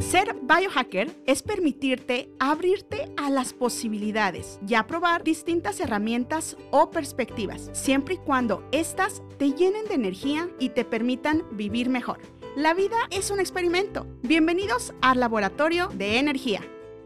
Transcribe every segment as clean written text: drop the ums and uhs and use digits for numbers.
Ser biohacker es permitirte abrirte a las posibilidades y a probar distintas herramientas o perspectivas, siempre y cuando éstas te llenen de energía y te permitan vivir mejor. La vida es un experimento. Bienvenidos al Laboratorio de Energía.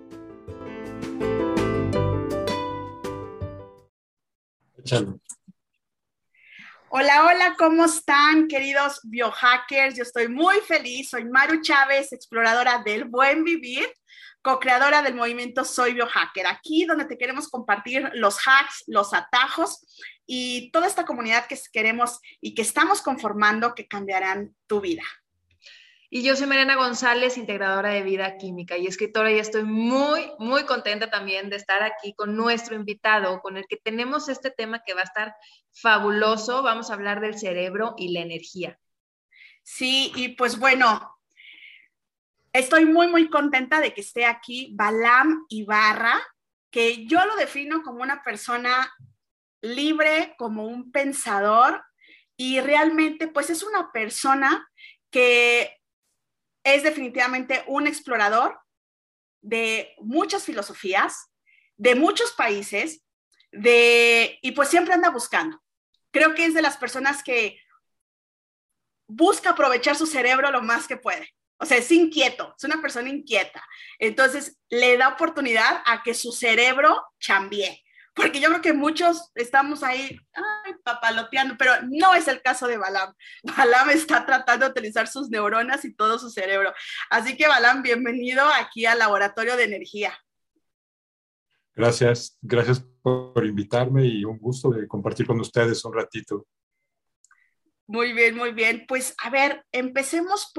Échalo. Hola, hola, ¿cómo están, queridos biohackers? Yo estoy muy feliz. Soy Maru Chávez, exploradora del buen vivir, co-creadora del movimiento Soy Biohacker. Aquí donde te queremos compartir los hacks, los atajos y toda esta comunidad que queremos y que estamos conformando que cambiarán tu vida. Y yo soy Mariana González, integradora de vida química y escritora, y estoy muy contenta también de estar aquí con nuestro invitado, con el que tenemos este tema que va a estar fabuloso. Vamos a hablar del cerebro y la energía. Sí, y pues bueno, estoy muy contenta de que esté aquí Balam Ibarra, que yo lo defino como una persona libre, como un pensador, y realmente pues es una persona que es definitivamente un explorador de muchas filosofías, de muchos países, y pues siempre anda buscando. Creo que es de las personas que busca aprovechar su cerebro lo más que puede. O sea, es inquieto, es una persona inquieta. Entonces, le da oportunidad a que su cerebro chambie. Porque yo creo que muchos estamos ahí papaloteando, pero no es el caso de Balam. Balam está tratando de utilizar sus neuronas y todo su cerebro. Así que, Balam, bienvenido aquí al Laboratorio de Energía. Gracias por invitarme y un gusto de compartir con ustedes un ratito. Muy bien. Pues, a ver, empecemos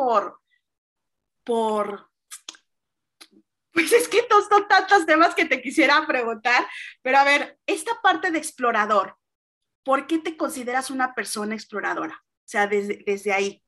pues es que son tantos temas que te quisiera preguntar, pero a ver, esta parte de explorador, ¿por qué te consideras una persona exploradora? O sea, desde ahí.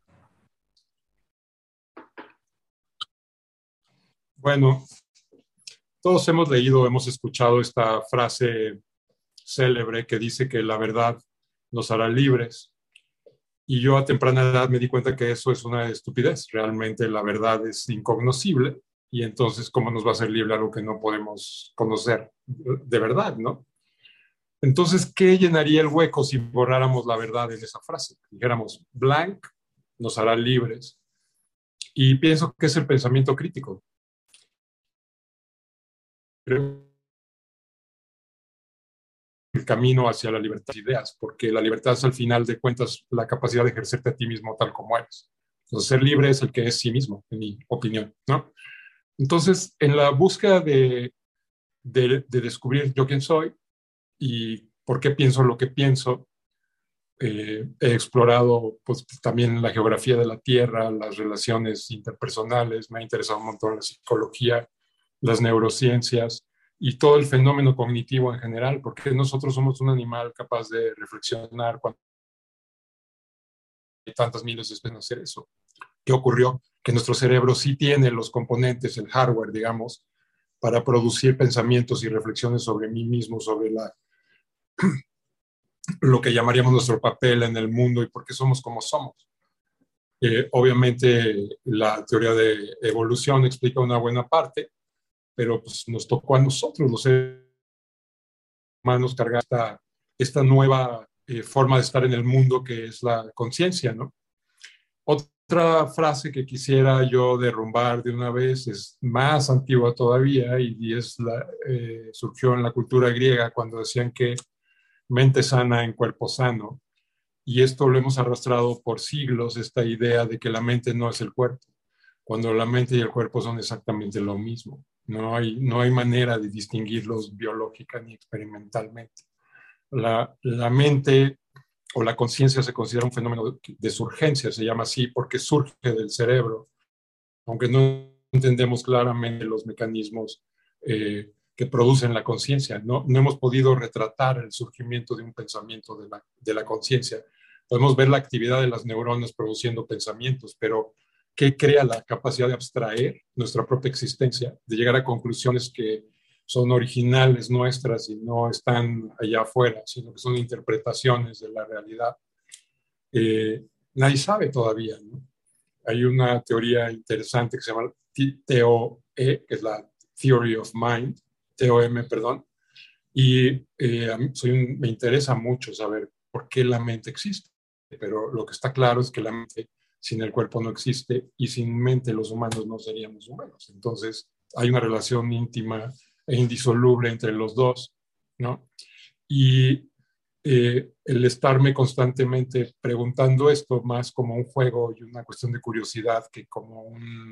Bueno, todos hemos leído, hemos escuchado esta frase célebre que dice que la verdad nos hará libres. Y yo a temprana edad me di cuenta que eso es una estupidez. Realmente la verdad es incognoscible. Y entonces, ¿cómo nos va a hacer libre algo que no podemos conocer de verdad, no? Entonces, ¿qué llenaría el hueco si borráramos la verdad en esa frase? Dijéramos, blank nos hará libres. Y pienso que es el pensamiento crítico. Creo el camino hacia la libertad de ideas, porque la libertad es al final de cuentas la capacidad de ejercerte a ti mismo tal como eres. Entonces, ser libre es el que es sí mismo, en mi opinión, ¿no? Entonces, en la búsqueda de descubrir yo quién soy y por qué pienso lo que pienso, he explorado pues, también la geografía de la Tierra, las relaciones interpersonales, me ha interesado un montón la psicología, las neurociencias y todo el fenómeno cognitivo en general, porque nosotros somos un animal capaz de reflexionar cuando hay tantas miles de especies hacer eso. ¿Qué ocurrió? Que nuestro cerebro sí tiene los componentes, el hardware, digamos, para producir pensamientos y reflexiones sobre mí mismo, sobre lo que llamaríamos nuestro papel en el mundo y por qué somos como somos. Obviamente la teoría de evolución explica una buena parte, pero pues, nos tocó a nosotros, los seres humanos, cargar esta nueva forma de estar en el mundo que es la conciencia, ¿no? Otra frase que quisiera yo derrumbar de una vez es más antigua todavía y surgió en la cultura griega cuando decían que mente sana en cuerpo sano. Y esto lo hemos arrastrado por siglos, esta idea de que la mente no es el cuerpo, cuando la mente y el cuerpo son exactamente lo mismo. No hay manera de distinguirlos biológica ni experimentalmente. La mente o la conciencia se considera un fenómeno de surgencia, se llama así porque surge del cerebro, aunque no entendemos claramente los mecanismos que producen la conciencia. No hemos podido retratar el surgimiento de un pensamiento de la conciencia. Podemos ver la actividad de las neuronas produciendo pensamientos, pero ¿qué crea la capacidad de abstraer nuestra propia existencia, de llegar a conclusiones que son originales nuestras y no están allá afuera, sino que son interpretaciones de la realidad? Nadie sabe todavía, ¿no? Hay una teoría interesante que se llama TOE, que es la Theory of Mind, TOM, perdón, y me interesa mucho saber por qué la mente existe, pero lo que está claro es que la mente sin el cuerpo no existe y sin mente los humanos no seríamos humanos. Entonces hay una relación íntima e indisoluble entre los dos, ¿no? Y el estarme constantemente preguntando esto más como un juego y una cuestión de curiosidad que como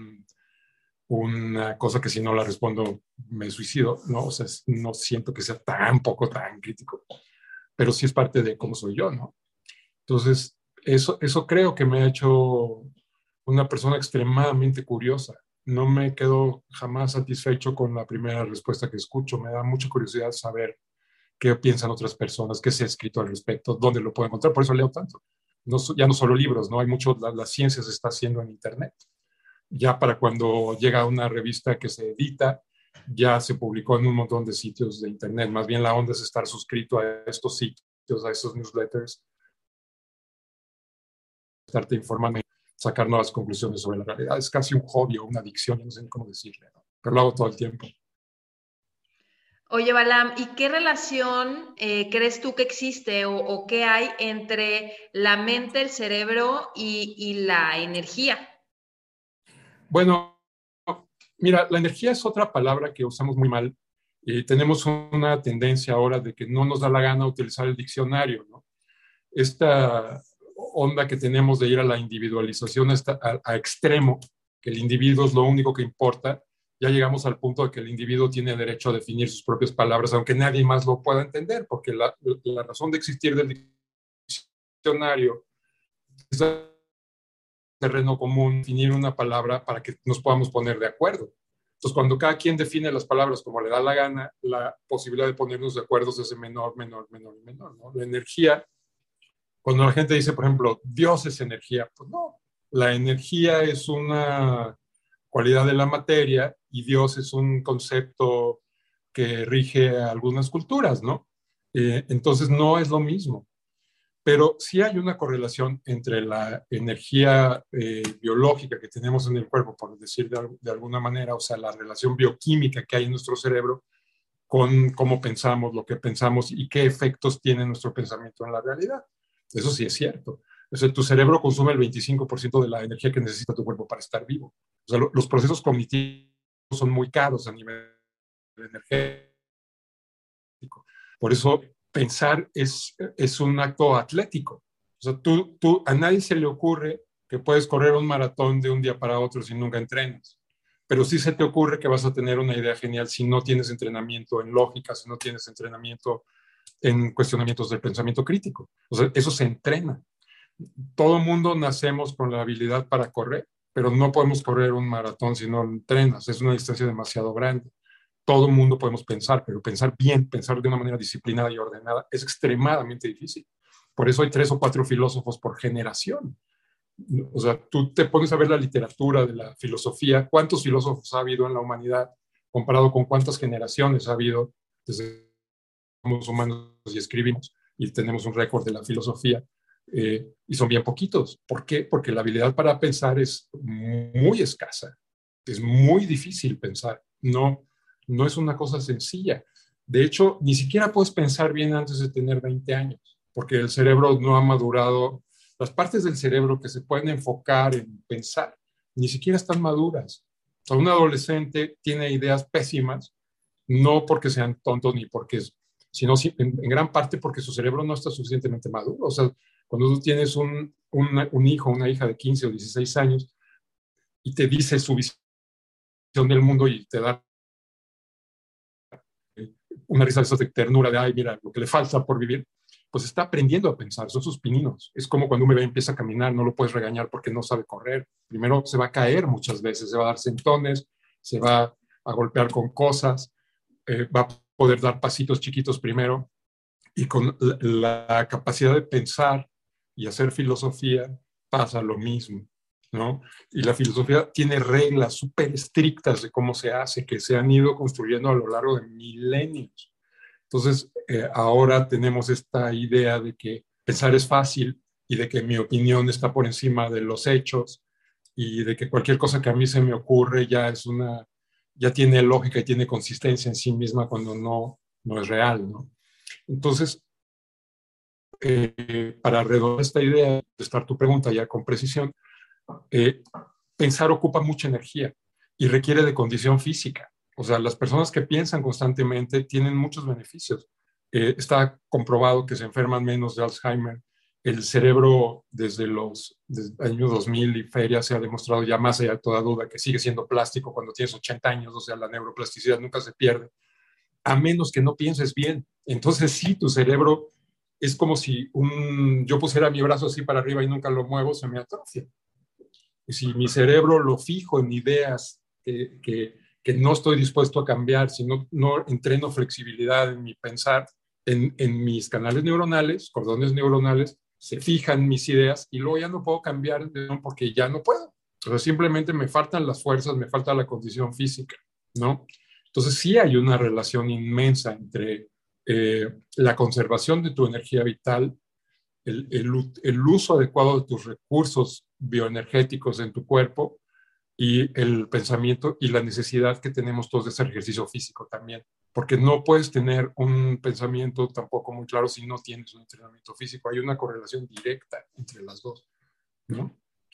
una cosa que si no la respondo me suicido, ¿no? O sea, no siento que sea tan crítico, pero sí es parte de cómo soy yo, ¿no? Entonces, eso creo que me ha hecho una persona extremadamente curiosa. No me quedo jamás satisfecho con la primera respuesta que escucho. Me da mucha curiosidad saber qué piensan otras personas, qué se ha escrito al respecto, dónde lo puedo encontrar. Por eso leo tanto. No, ya no solo libros, ¿no? Hay mucho, la ciencia se está haciendo en Internet. Ya para cuando llega una revista que se edita, ya se publicó en un montón de sitios de Internet. Más bien la onda es estar suscrito a estos sitios, a estos newsletters, estarte informando, sacar nuevas conclusiones sobre la realidad. Es casi un hobby o una adicción, yo no sé ni cómo decirle, ¿no? Pero lo hago todo el tiempo. Oye, Balam, ¿y qué relación crees tú que existe o qué hay entre la mente, el cerebro y la energía? Bueno, mira, la energía es otra palabra que usamos muy mal. Tenemos una tendencia ahora de que no nos da la gana utilizar el diccionario, ¿no? Esta onda que tenemos de ir a la individualización a extremo, que el individuo es lo único que importa, ya llegamos al punto de que el individuo tiene derecho a definir sus propias palabras, aunque nadie más lo pueda entender, porque la razón de existir del diccionario es el terreno común, definir una palabra para que nos podamos poner de acuerdo. Entonces, cuando cada quien define las palabras como le da la gana, la posibilidad de ponernos de acuerdo se hace menor, ¿no? La energía, cuando la gente dice, por ejemplo, Dios es energía, pues no, la energía es una cualidad de la materia y Dios es un concepto que rige a algunas culturas, ¿no? Entonces no es lo mismo, pero sí hay una correlación entre la energía biológica que tenemos en el cuerpo, por decir de alguna manera, o sea, la relación bioquímica que hay en nuestro cerebro con cómo pensamos, lo que pensamos y qué efectos tiene nuestro pensamiento en la realidad. Eso sí es cierto. O sea, tu cerebro consume el 25% de la energía que necesita tu cuerpo para estar vivo. O sea, los procesos cognitivos son muy caros a nivel energético. Por eso pensar es un acto atlético. O sea, a nadie se le ocurre que puedes correr un maratón de un día para otro si nunca entrenas. Pero sí se te ocurre que vas a tener una idea genial si no tienes entrenamiento en lógica, si no tienes entrenamiento en cuestionamientos del pensamiento crítico. O sea, eso se entrena. Todo mundo nacemos con la habilidad para correr, pero no podemos correr un maratón si no entrenas. Es una distancia demasiado grande. Todo mundo podemos pensar, pero pensar bien, pensar de una manera disciplinada y ordenada es extremadamente difícil. Por eso hay 3 o 4 filósofos por generación. O sea, tú te pones a ver la literatura de la filosofía, ¿cuántos filósofos ha habido en la humanidad comparado con cuántas generaciones ha habido desde que somos humanos y escribimos y tenemos un récord de la filosofía? Y son bien poquitos. ¿Por qué? Porque la habilidad para pensar es muy escasa. Es muy difícil pensar. No es una cosa sencilla. De hecho, ni siquiera puedes pensar bien antes de tener 20 años, porque el cerebro no ha madurado. Las partes del cerebro que se pueden enfocar en pensar ni siquiera están maduras. O sea, un adolescente tiene ideas pésimas, no porque sean tontos ni porque, sino en gran parte porque su cerebro no está suficientemente maduro. O sea, cuando tú tienes un hijo, una hija de 15 o 16 años y te dice su visión del mundo y te da una risa de esas de ternura, de, ay, mira, lo que le falta por vivir, pues está aprendiendo a pensar, son sus pininos. Es como cuando un bebé empieza a caminar, no lo puedes regañar porque no sabe correr. Primero se va a caer muchas veces, se va a dar sentones, se va a golpear con cosas, va a poder dar pasitos chiquitos primero, y con la capacidad de pensar y hacer filosofía pasa lo mismo, ¿no? Y la filosofía tiene reglas súper estrictas de cómo se hace, que se han ido construyendo a lo largo de milenios. Entonces, ahora tenemos esta idea de que pensar es fácil y de que mi opinión está por encima de los hechos y de que cualquier cosa que a mí se me ocurre ya tiene lógica y tiene consistencia en sí misma cuando no es real, ¿no? Entonces, para redondear esta idea, de estar tu pregunta ya con precisión, eh, pensar ocupa mucha energía y requiere de condición física. O sea, las personas que piensan constantemente tienen muchos beneficios. Está comprobado que se enferman menos de Alzheimer. El cerebro desde el año 2000 y feria se ha demostrado ya más allá de toda duda que sigue siendo plástico cuando tienes 80 años, o sea, la neuroplasticidad nunca se pierde, a menos que no pienses bien. Entonces sí, tu cerebro es como si yo pusiera mi brazo así para arriba y nunca lo muevo, se me atrofia. Y si mi cerebro lo fijo en ideas que no estoy dispuesto a cambiar, si no entreno flexibilidad en mi pensar, en mis canales neuronales, cordones neuronales, se fijan mis ideas y luego ya no puedo cambiar porque ya no puedo. O sea, simplemente me faltan las fuerzas, me falta la condición física, ¿no? Entonces sí hay una relación inmensa entre la conservación de tu energía vital, el uso adecuado de tus recursos bioenergéticos en tu cuerpo y el pensamiento y la necesidad que tenemos todos de hacer ejercicio físico también, porque no puedes tener un pensamiento tampoco muy claro si no tienes un entrenamiento físico. Hay una correlación directa entre las dos, ¿no?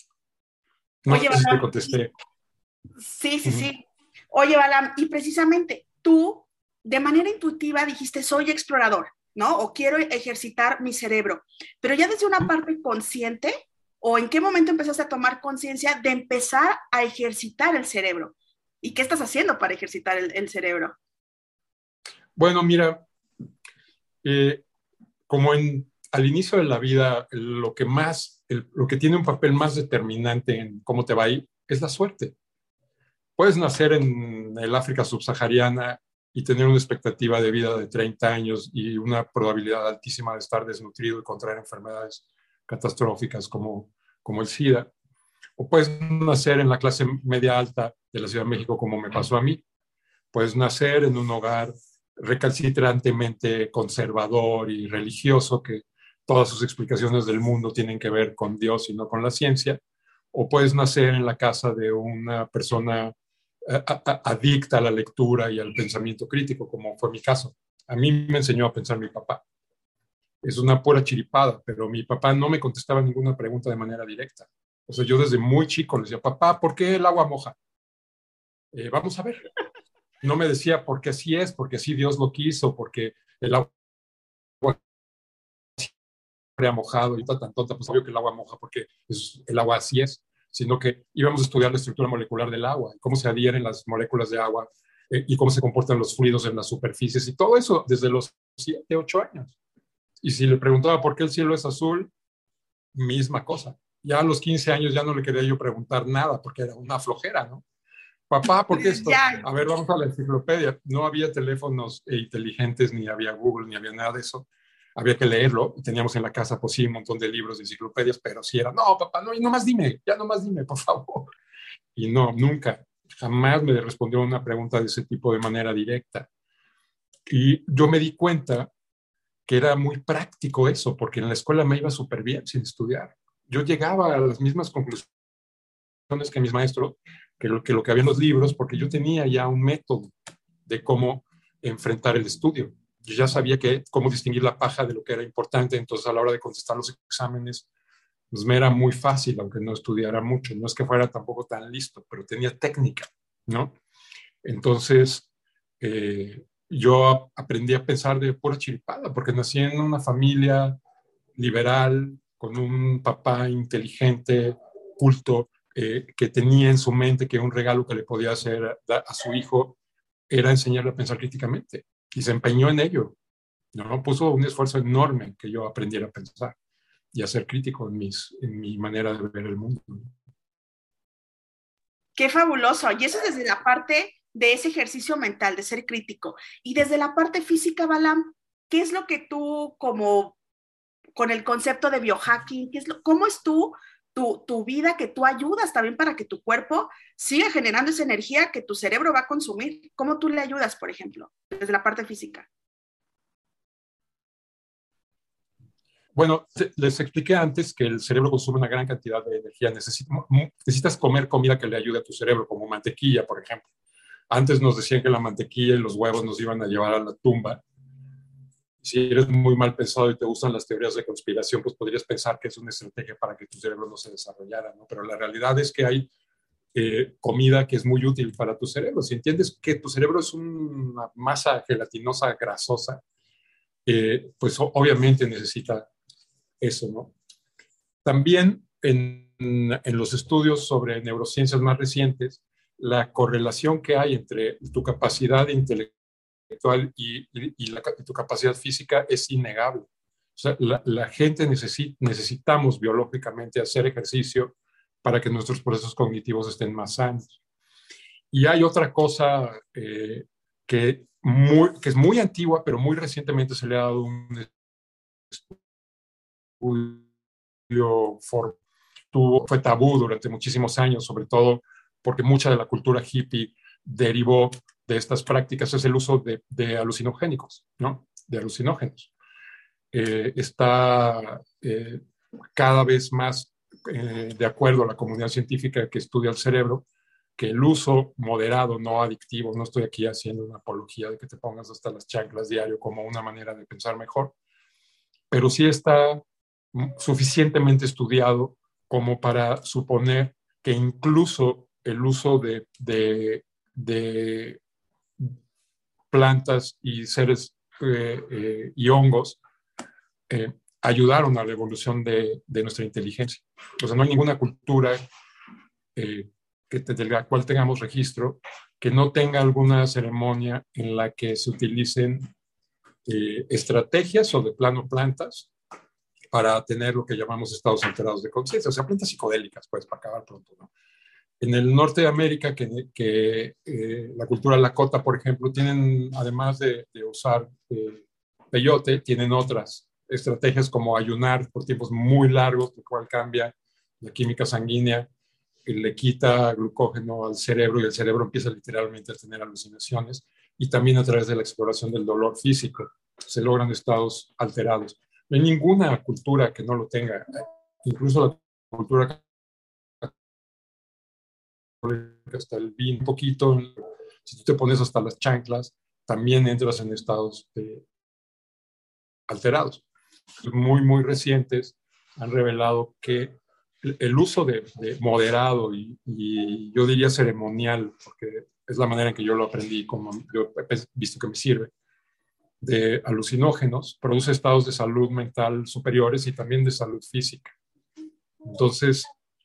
No Oye, sé si te Balam, contesté. sí, sí, sí. Oye, Balam, y precisamente tú, de manera intuitiva, dijiste, soy explorador, ¿no? O quiero ejercitar mi cerebro, pero ya desde una parte consciente, ¿o en qué momento empezaste a tomar conciencia de empezar a ejercitar el cerebro? ¿Y qué estás haciendo para ejercitar el cerebro? Bueno, mira, eh, como al inicio de la vida, lo que tiene un papel más determinante en cómo te va a ir es la suerte. Puedes nacer en el África subsahariana y tener una expectativa de vida de 30 años y una probabilidad altísima de estar desnutrido y contraer enfermedades catastróficas como el SIDA. O puedes nacer en la clase media alta de la Ciudad de México, como me pasó a mí. Puedes nacer en un hogar recalcitrantemente conservador y religioso, que todas sus explicaciones del mundo tienen que ver con Dios y no con la ciencia. O puedes nacer en la casa de una persona adicta a la lectura y al pensamiento crítico, como fue mi caso. A mí me enseñó a pensar mi papá. Es una pura chiripada, pero mi papá no me contestaba ninguna pregunta de manera directa. O sea, yo desde muy chico le decía, papá, ¿por qué el agua moja? Vamos a ver. No me decía porque así es, porque así Dios lo quiso, porque el agua siempre ha mojado y tan tonta, pues obvio que el agua moja porque el agua así es, sino que íbamos a estudiar la estructura molecular del agua, cómo se adhieren las moléculas de agua y cómo se comportan los fluidos en las superficies y todo eso desde los 7, 8 años. Y si le preguntaba por qué el cielo es azul, misma cosa. Ya a los 15 años ya no le quería yo preguntar nada porque era una flojera, ¿no? Papá, ¿por qué esto? Ya. A ver, vamos a la enciclopedia. No había teléfonos inteligentes, ni había Google, ni había nada de eso. Había que leerlo. Teníamos en la casa, pues sí, un montón de libros de enciclopedias, pero sí era, no, papá, no, y nomás dime, ya nomás dime, por favor. Y no, nunca, jamás me respondió una pregunta de ese tipo de manera directa. Y yo me di cuenta que era muy práctico eso, porque en la escuela me iba súper bien sin estudiar. Yo llegaba a las mismas conclusiones que mis maestros, que lo que había en los libros, porque yo tenía ya un método de cómo enfrentar el estudio. Yo ya sabía cómo distinguir la paja de lo que era importante, entonces a la hora de contestar los exámenes, pues me era muy fácil, aunque no estudiara mucho. No es que fuera tampoco tan listo, pero tenía técnica, ¿no? Entonces, yo aprendí a pensar de pura chiripada, porque nací en una familia liberal, con un papá inteligente, culto, que tenía en su mente que un regalo que le podía hacer a su hijo era enseñarle a pensar críticamente. Y se empeñó en ello, ¿no? Puso un esfuerzo enorme en que yo aprendiera a pensar y a ser crítico en mi manera de ver el mundo. Qué fabuloso. Y eso es desde la parte de ese ejercicio mental, de ser crítico. Y desde la parte física, Balam, ¿qué es lo que tú, como con el concepto de biohacking, cómo es tu vida que tú ayudas también para que tu cuerpo siga generando esa energía que tu cerebro va a consumir? ¿Cómo tú le ayudas, por ejemplo, desde la parte física? Bueno, les expliqué antes que el cerebro consume una gran cantidad de energía. Necesitas comer comida que le ayude a tu cerebro, como mantequilla, por ejemplo. Antes nos decían que la mantequilla y los huevos nos iban a llevar a la tumba. Si eres muy mal pensado y te gustan las teorías de conspiración, pues podrías pensar que es una estrategia para que tu cerebro no se desarrollara, ¿no? Pero la realidad es que hay comida que es muy útil para tu cerebro. Si entiendes que tu cerebro es una masa gelatinosa grasosa, pues obviamente necesita eso, ¿no? También en los estudios sobre neurociencias más recientes, la correlación que hay entre tu capacidad intelectual y tu capacidad física es innegable. O sea, la gente necesitamos biológicamente hacer ejercicio para que nuestros procesos cognitivos estén más sanos. Y hay otra cosa que es muy antigua, pero muy recientemente se le ha dado un estudio fue tabú durante muchísimos años, sobre todo porque mucha de la cultura hippie derivó de estas prácticas, es el uso de alucinogénicos, ¿no? De alucinógenos. Está cada vez más de acuerdo a la comunidad científica que estudia el cerebro, que el uso moderado, no adictivo, no estoy aquí haciendo una apología de que te pongas hasta las chanclas diario como una manera de pensar mejor, pero sí está suficientemente estudiado como para suponer que incluso el uso de plantas y seres y hongos ayudaron a la evolución de nuestra inteligencia. O sea, no hay ninguna cultura de la cual tengamos registro que no tenga alguna ceremonia en la que se utilicen estrategias o de plano plantas para tener lo que llamamos estados alterados de conciencia, o sea, plantas psicodélicas, pues, para acabar pronto, ¿no? En el norte de América, la cultura lakota, por ejemplo, tienen, además de usar peyote, tienen otras estrategias como ayunar por tiempos muy largos, lo cual cambia la química sanguínea, le quita glucógeno al cerebro y el cerebro empieza literalmente a tener alucinaciones, y también a través de la exploración del dolor físico se logran estados alterados. No hay ninguna cultura que no lo tenga, incluso la cultura hasta el vino, un poquito, si tú te pones hasta las chanclas, también entras en estados alterados. Muy, muy recientes han revelado que el uso de moderado y yo diría ceremonial, porque es la manera en que yo lo aprendí, como yo he visto que me sirve, de alucinógenos, produce estados de salud mental superiores y también de salud física. Entonces,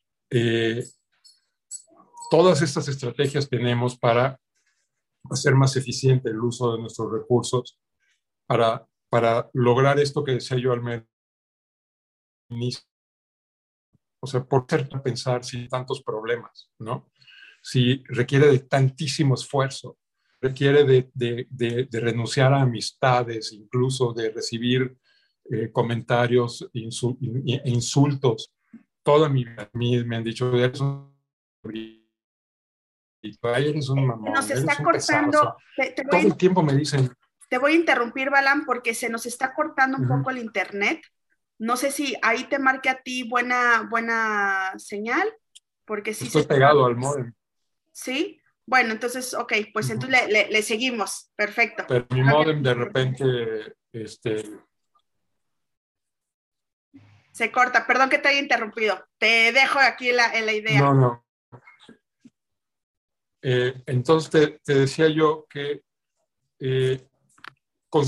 todas estas estrategias tenemos para hacer más eficiente el uso de nuestros recursos, para lograr esto que decía yo al inicio. O sea, por ser pensar sin tantos problemas, ¿no? Si requiere de tantísimo esfuerzo, requiere de renunciar a amistades, incluso de recibir comentarios e insultos. Toda mi vida me han dicho, eres un mamón, nos está cortando. Todo el tiempo me dicen. Te voy a interrumpir, Balam, porque se nos está cortando un poco el internet. No sé si ahí te marque a ti buena señal, porque sí. Estoy pegado al módem. ¿Sí? Bueno, entonces, ok, pues entonces le seguimos. Perfecto. Pero mi módem de repente, se corta. Perdón que te haya interrumpido. Te dejo aquí la idea. No. Entonces te decía yo que con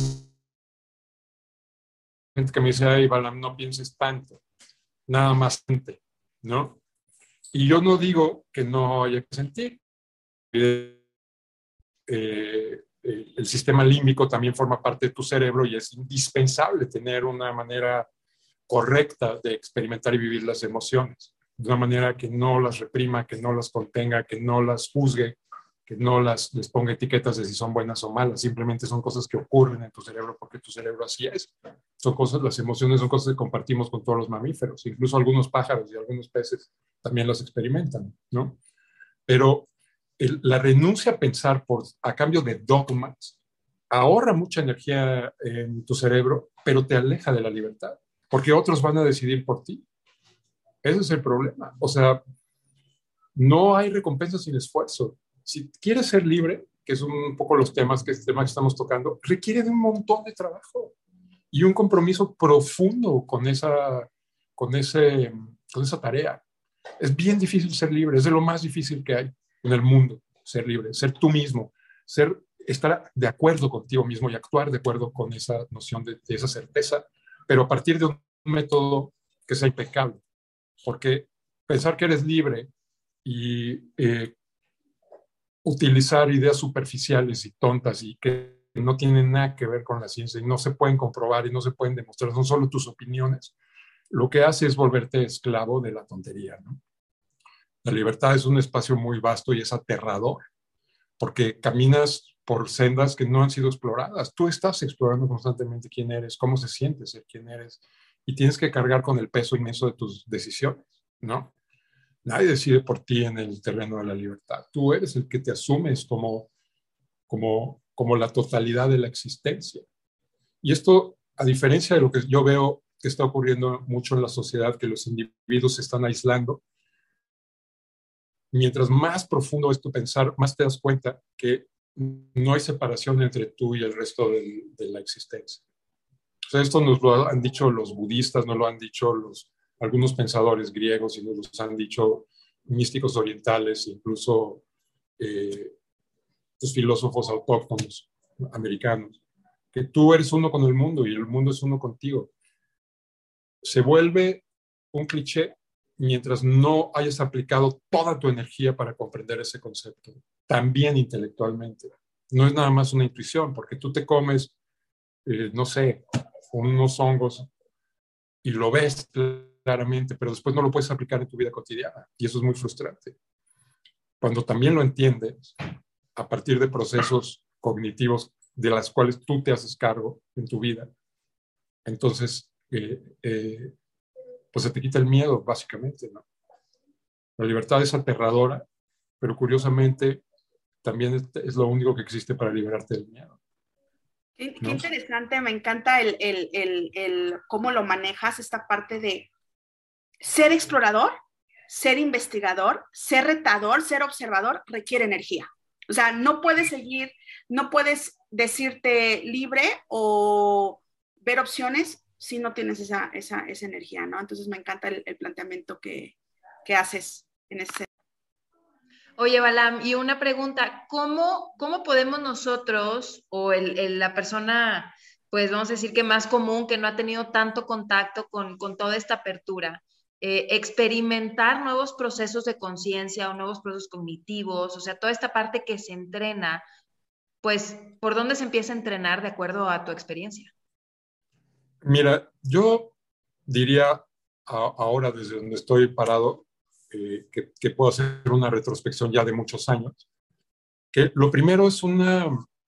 gente que me dice, ay, Balam, no pienses tanto, nada más gente, ¿no? Y yo no digo que no haya que sentir. El sistema límbico también forma parte de tu cerebro y es indispensable tener una manera correcta de experimentar y vivir las emociones, de una manera que no las reprima, que no las contenga, que no las juzgue, que no les ponga etiquetas de si son buenas o malas, simplemente son cosas que ocurren en tu cerebro porque tu cerebro así es. Son cosas, las emociones son cosas que compartimos con todos los mamíferos, incluso algunos pájaros y algunos peces también las experimentan, ¿no? Pero la renuncia a pensar a cambio de dogmas ahorra mucha energía en tu cerebro, pero te aleja de la libertad. porque otros van a decidir por ti. Ese es el problema. O sea, no hay recompensa sin esfuerzo. Si quieres ser libre, que es un poco los temas que estamos tocando, requiere de un montón de trabajo y un compromiso profundo con esa tarea. Es bien difícil ser libre, es de lo más difícil que hay en el mundo, ser libre, ser tú mismo, estar de acuerdo contigo mismo y actuar de acuerdo con esa noción de esa certeza, pero a partir de un método que sea impecable. Porque pensar que eres libre y utilizar ideas superficiales y tontas y que no tienen nada que ver con la ciencia y no se pueden comprobar y no se pueden demostrar, son solo tus opiniones, lo que hace es volverte esclavo de la tontería, ¿no? La libertad es un espacio muy vasto y es aterrador, porque caminas por sendas que no han sido exploradas. Tú estás explorando constantemente quién eres, cómo se siente ser quién eres, y tienes que cargar con el peso inmenso de tus decisiones, ¿no? Nadie decide por ti en el terreno de la libertad. Tú eres el que te asumes como la totalidad de la existencia. Y esto, a diferencia de lo que yo veo que está ocurriendo mucho en la sociedad, que los individuos se están aislando, mientras más profundo es tu pensar, más te das cuenta que no hay separación entre tú y el resto de la existencia. O sea, esto nos lo han dicho los budistas, nos lo han dicho algunos pensadores griegos y nos lo han dicho místicos orientales, incluso los filósofos autóctonos americanos, que tú eres uno con el mundo y el mundo es uno contigo. Se vuelve un cliché mientras no hayas aplicado toda tu energía para comprender ese concepto, también intelectualmente. No es nada más una intuición, porque tú te comes, no sé, unos hongos y lo ves claramente, pero después no lo puedes aplicar en tu vida cotidiana y eso es muy frustrante. Cuando también lo entiendes a partir de procesos cognitivos de las cuales tú te haces cargo en tu vida, entonces pues se te quita el miedo, básicamente, ¿no? La libertad es aterradora, pero curiosamente también es lo único que existe para liberarte del miedo. Qué interesante, me encanta el cómo lo manejas, esta parte de ser explorador, ser investigador, ser retador, ser observador, requiere energía. O sea, no puedes decirte libre o ver opciones si no tienes esa energía, ¿no? Entonces me encanta el planteamiento que haces en ese. Oye, Balam, y una pregunta, ¿cómo podemos nosotros o la persona, pues vamos a decir que más común, que no ha tenido tanto contacto con toda esta apertura, experimentar nuevos procesos de conciencia o nuevos procesos cognitivos, o sea, toda esta parte que se entrena, pues, ¿por dónde se empieza a entrenar de acuerdo a tu experiencia? Mira, yo diría ahora desde donde estoy parado, que puedo hacer una retrospección ya de muchos años, que lo primero es una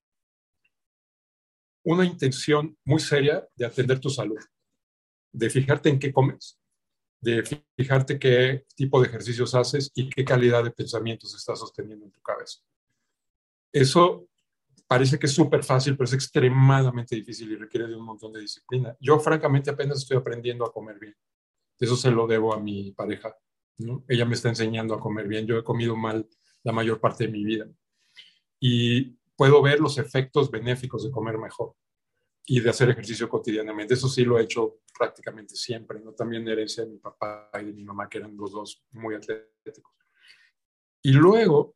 intención muy seria de atender tu salud, de fijarte en qué comes, de fijarte qué tipo de ejercicios haces y qué calidad de pensamientos estás sosteniendo en tu cabeza. Eso parece que es súper fácil, pero es extremadamente difícil y requiere de un montón de disciplina. Yo, francamente, apenas estoy aprendiendo a comer bien. Eso se lo debo a mi pareja, ¿no? Ella me está enseñando a comer bien. Yo he comido mal la mayor parte de mi vida. Y puedo ver los efectos benéficos de comer mejor y de hacer ejercicio cotidianamente. Eso sí lo he hecho prácticamente siempre, ¿no? También herencia de mi papá y de mi mamá, que eran los dos muy atléticos. Y luego,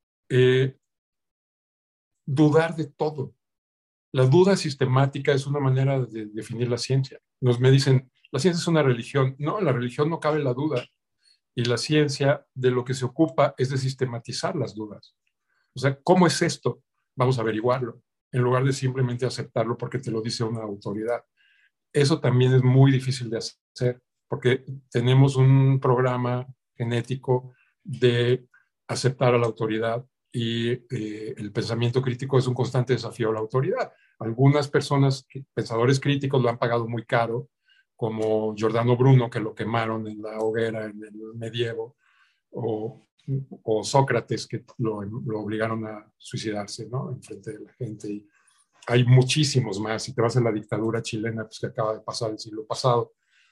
dudar de todo. La duda sistemática es una manera de definir la ciencia. Me dicen, la ciencia es una religión. No, en la religión no cabe la duda. Y la ciencia de lo que se ocupa es de sistematizar las dudas. O sea, ¿cómo es esto? Vamos a averiguarlo, en lugar de simplemente aceptarlo porque te lo dice una autoridad. Eso también es muy difícil de hacer, porque tenemos un programa genético de aceptar a la autoridad y el pensamiento crítico es un constante desafío a la autoridad. Algunas personas, pensadores críticos, lo han pagado muy caro, como Giordano Bruno, que lo quemaron en la hoguera en el medievo, o Sócrates, que lo obligaron a suicidarse, ¿no? En frente de la gente. Y hay muchísimos más. Si te vas a la dictadura chilena, pues que acaba de pasar el siglo pasado,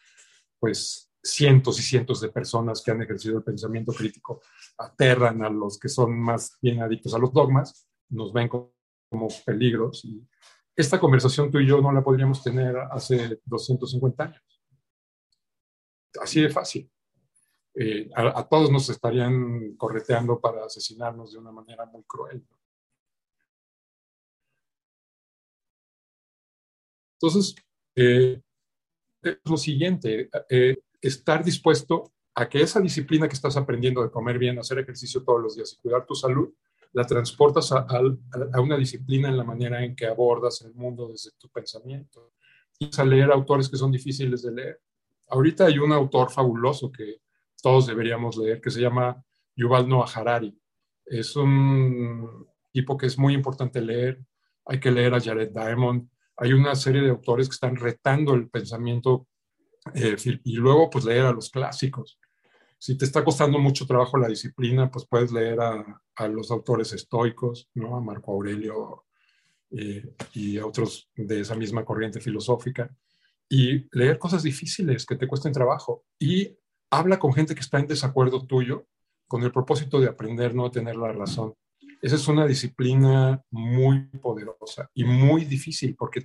pues cientos y cientos de personas que han ejercido el pensamiento crítico aterran a los que son más bien adictos a los dogmas, nos ven como peligros. Y esta conversación tú y yo no la podríamos tener hace 250 años. Así de fácil. A todos nos estarían correteando para asesinarnos de una manera muy cruel. Entonces, es lo siguiente, estar dispuesto a que esa disciplina que estás aprendiendo de comer bien, hacer ejercicio todos los días y cuidar tu salud, la transportas a una disciplina en la manera en que abordas el mundo desde tu pensamiento. Y a leer autores que son difíciles de leer. Ahorita hay un autor fabuloso que todos deberíamos leer, que se llama Yuval Noah Harari. Es un tipo que es muy importante leer. Hay que leer a Jared Diamond. Hay una serie de autores que están retando el pensamiento y luego pues leer a los clásicos. Si te está costando mucho trabajo la disciplina, pues puedes leer a los autores estoicos, ¿no? A Marco Aurelio y a otros de esa misma corriente filosófica, y leer cosas difíciles que te cuesten trabajo. Y habla con gente que está en desacuerdo tuyo con el propósito de aprender, no tener la razón. Esa es una disciplina muy poderosa y muy difícil porque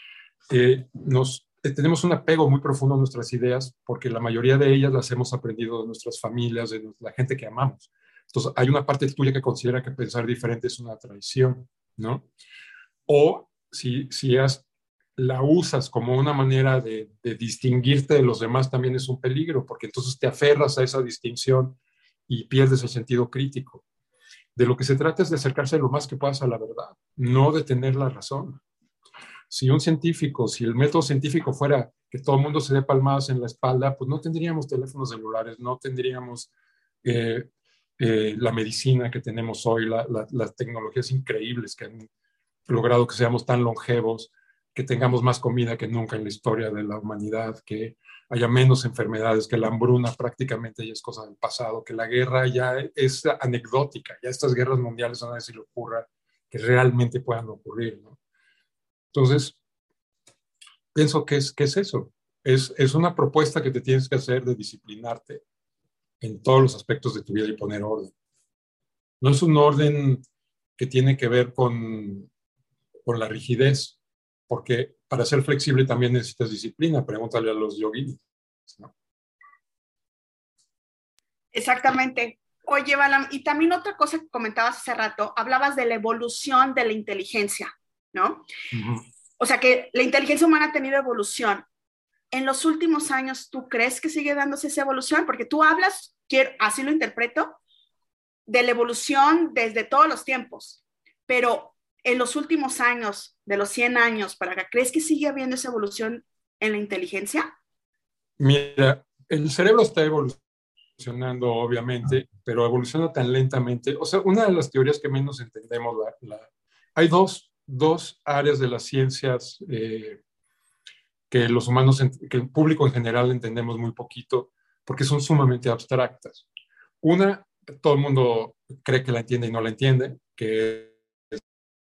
tenemos un apego muy profundo a nuestras ideas porque la mayoría de ellas las hemos aprendido de nuestras familias, de la gente que amamos. Entonces, hay una parte tuya que considera que pensar diferente es una traición, ¿no? O si la usas como una manera de distinguirte de los demás, también es un peligro, porque entonces te aferras a esa distinción y pierdes el sentido crítico. De lo que se trata es de acercarse lo más que puedas a la verdad, no de tener la razón. Si el método científico fuera que todo el mundo se dé palmadas en la espalda, pues no tendríamos teléfonos celulares, no tendríamos la medicina que tenemos hoy, las tecnologías increíbles que han logrado que seamos tan longevos, que tengamos más comida que nunca en la historia de la humanidad, que haya menos enfermedades, que la hambruna prácticamente ya es cosa del pasado, que la guerra ya es anecdótica, ya estas guerras mundiales a nadie se le ocurra que realmente puedan ocurrir, ¿no? Entonces, pienso que es eso. Es una propuesta que te tienes que hacer de disciplinarte en todos los aspectos de tu vida y poner orden. No es un orden que tiene que ver con la rigidez, porque para ser flexible también necesitas disciplina. Pregúntale a los yoguinis, ¿no? Exactamente. Oye, Balam, y también otra cosa que comentabas hace rato, hablabas de la evolución de la inteligencia, ¿no? Uh-huh. O sea, que la inteligencia humana ha tenido evolución. En los últimos años, ¿tú crees que sigue dándose esa evolución? Porque tú hablas, así lo interpreto, de la evolución desde todos los tiempos, pero en los últimos años, de los 100 años para acá, ¿crees que sigue habiendo esa evolución en la inteligencia? Mira, el cerebro está evolucionando, obviamente, pero evoluciona tan lentamente. O sea, una de las teorías que menos entendemos, hay dos áreas de las ciencias que los humanos, que el público en general entendemos muy poquito, porque son sumamente abstractas. Una, todo el mundo cree que la entiende y no la entiende, que es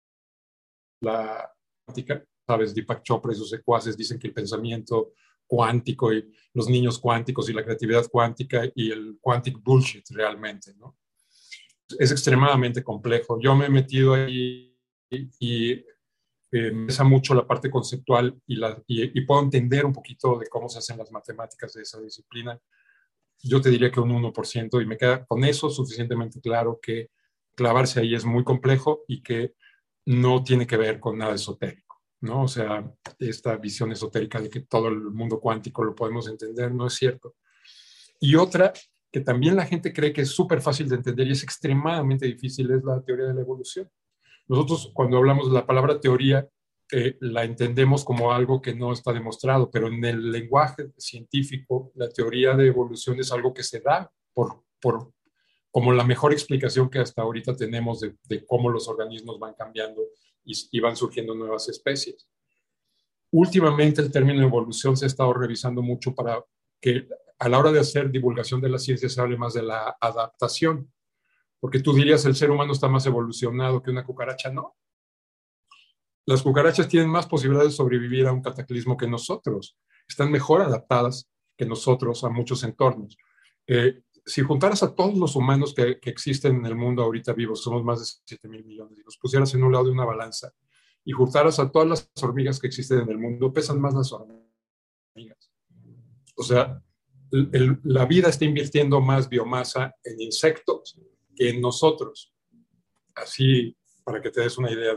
la cuántica. Sabes, Deepak Chopra y sus secuaces dicen que el pensamiento cuántico y los niños cuánticos y la creatividad cuántica y el quantic bullshit realmente, ¿no? Es extremadamente complejo. Yo me he metido ahí y me pesa mucho la parte conceptual y puedo entender un poquito de cómo se hacen las matemáticas de esa disciplina. Yo te diría que un 1%, y me queda con eso suficientemente claro que clavarse ahí es muy complejo y que no tiene que ver con nada esotérico, ¿no? O sea, esta visión esotérica de que todo el mundo cuántico lo podemos entender no es cierto. Y otra que también la gente cree que es súper fácil de entender y es extremadamente difícil es la teoría de la evolución. Nosotros cuando hablamos de la palabra teoría la entendemos como algo que no está demostrado, pero en el lenguaje científico la teoría de evolución es algo que se da como la mejor explicación que hasta ahorita tenemos de cómo los organismos van cambiando y van surgiendo nuevas especies. Últimamente el término evolución se ha estado revisando mucho para que a la hora de hacer divulgación de la ciencia se hable más de la adaptación. Porque tú dirías el ser humano está más evolucionado que una cucaracha, ¿no? Las cucarachas tienen más posibilidades de sobrevivir a un cataclismo que nosotros. Están mejor adaptadas que nosotros a muchos entornos. Si juntaras a todos los humanos que existen en el mundo ahorita vivos, somos más de 7,000 millones, y los pusieras en un lado de una balanza y juntaras a todas las hormigas que existen en el mundo, pesan más las hormigas. O sea, la vida está invirtiendo más biomasa en insectos que en nosotros. Así, para que te des una idea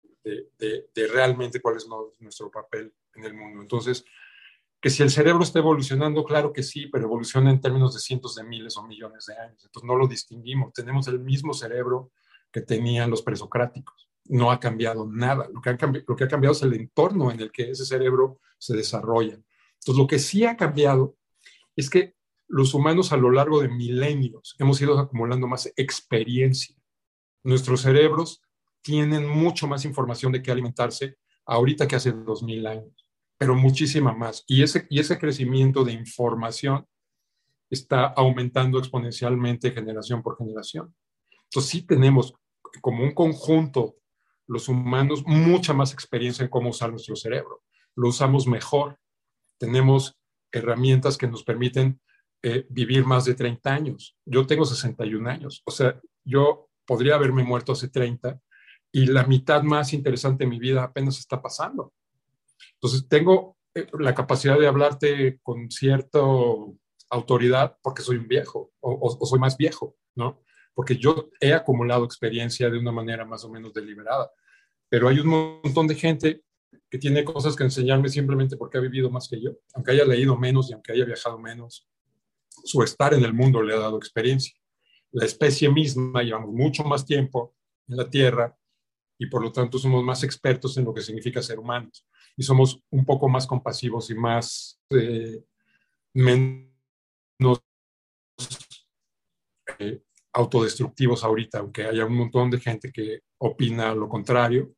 de realmente cuál es nuestro papel en el mundo. Entonces, que si el cerebro está evolucionando, claro que sí, pero evoluciona en términos de cientos de miles o millones de años. Entonces no lo distinguimos. Tenemos el mismo cerebro que tenían los presocráticos. No ha cambiado nada. Lo que ha cambiado es el entorno en el que ese cerebro se desarrolla. Entonces lo que sí ha cambiado es que los humanos a lo largo de milenios hemos ido acumulando más experiencia. Nuestros cerebros tienen mucho más información de qué alimentarse ahorita que hace 2000 años. Pero muchísima más. Y ese crecimiento de información está aumentando exponencialmente generación por generación. Entonces sí tenemos como un conjunto, los humanos, mucha más experiencia en cómo usar nuestro cerebro. Lo usamos mejor. Tenemos herramientas que nos permiten vivir más de 30 años. Yo tengo 61 años. O sea, yo podría haberme muerto hace 30 y la mitad más interesante de mi vida apenas está pasando. Entonces, tengo la capacidad de hablarte con cierta autoridad porque soy un viejo o soy más viejo, ¿no? Porque yo he acumulado experiencia de una manera más o menos deliberada. Pero hay un montón de gente que tiene cosas que enseñarme simplemente porque ha vivido más que yo. Aunque haya leído menos y aunque haya viajado menos, su estar en el mundo le ha dado experiencia. La especie misma llevamos mucho más tiempo en la Tierra y por lo tanto somos más expertos en lo que significa ser humanos. Y somos un poco más compasivos y más menos autodestructivos ahorita, aunque haya un montón de gente que opina lo contrario.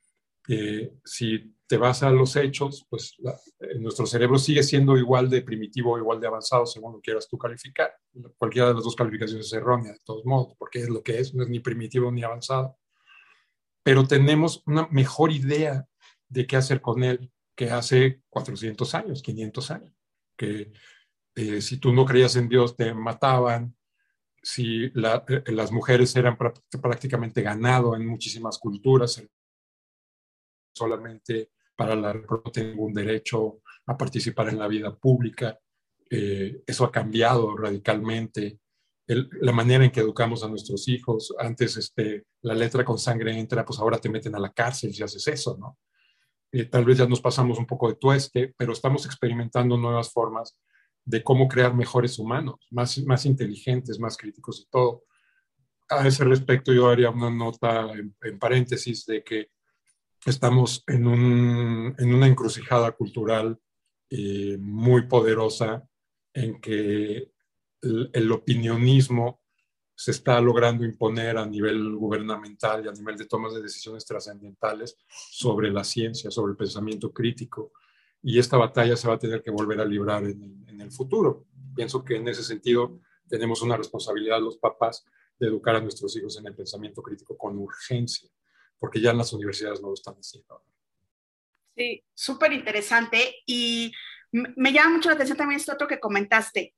Si te vas a los hechos, pues nuestro cerebro sigue siendo igual de primitivo, igual de avanzado, según lo quieras tú calificar. Cualquiera de las dos calificaciones es errónea, de todos modos, porque es lo que es, no es ni primitivo ni avanzado. Pero tenemos una mejor idea de qué hacer con él que hace 400 años, 500 años. Que si tú no creías en Dios, te mataban. Si las mujeres eran prácticamente ganado en muchísimas culturas, solamente para la reproducción tengo un derecho a participar en la vida pública. Eso ha cambiado radicalmente. La manera en que educamos a nuestros hijos. Antes la letra con sangre entra, pues ahora te meten a la cárcel si haces eso, ¿no? Tal vez ya nos pasamos un poco de tueste, pero estamos experimentando nuevas formas de cómo crear mejores humanos, más inteligentes, más críticos y todo. A ese respecto yo haría una nota en paréntesis de que estamos en una encrucijada cultural muy poderosa en que el opinionismo se está logrando imponer a nivel gubernamental y a nivel de tomas de decisiones trascendentales sobre la ciencia, sobre el pensamiento crítico. Y esta batalla se va a tener que volver a librar en el futuro. Pienso que en ese sentido tenemos una responsabilidad los papás de educar a nuestros hijos en el pensamiento crítico con urgencia, porque ya en las universidades no lo están haciendo. Sí, súper interesante. Y me llama mucho la atención también esto otro que comentaste.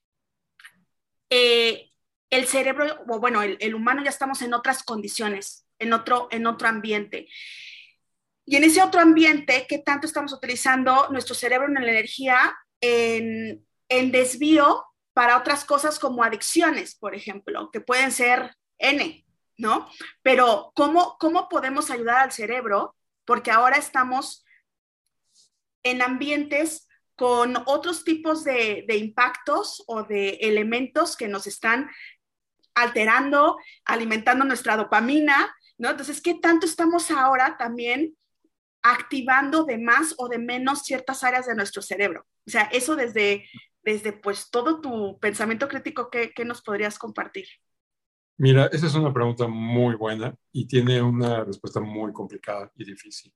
El cerebro, o bueno, el humano ya estamos en otras condiciones, en otro ambiente. Y en ese otro ambiente, ¿qué tanto estamos utilizando nuestro cerebro en la energía en desvío para otras cosas como adicciones, por ejemplo, que pueden ser N, ¿no? Pero ¿cómo podemos ayudar al cerebro? Porque ahora estamos en ambientes con otros tipos de impactos o de elementos que nos están alterando, alimentando nuestra dopamina, ¿no? Entonces, ¿qué tanto estamos ahora también activando de más o de menos ciertas áreas de nuestro cerebro? O sea, eso desde pues todo tu pensamiento crítico, ¿qué nos podrías compartir? Mira, esa es una pregunta muy buena y tiene una respuesta muy complicada y difícil.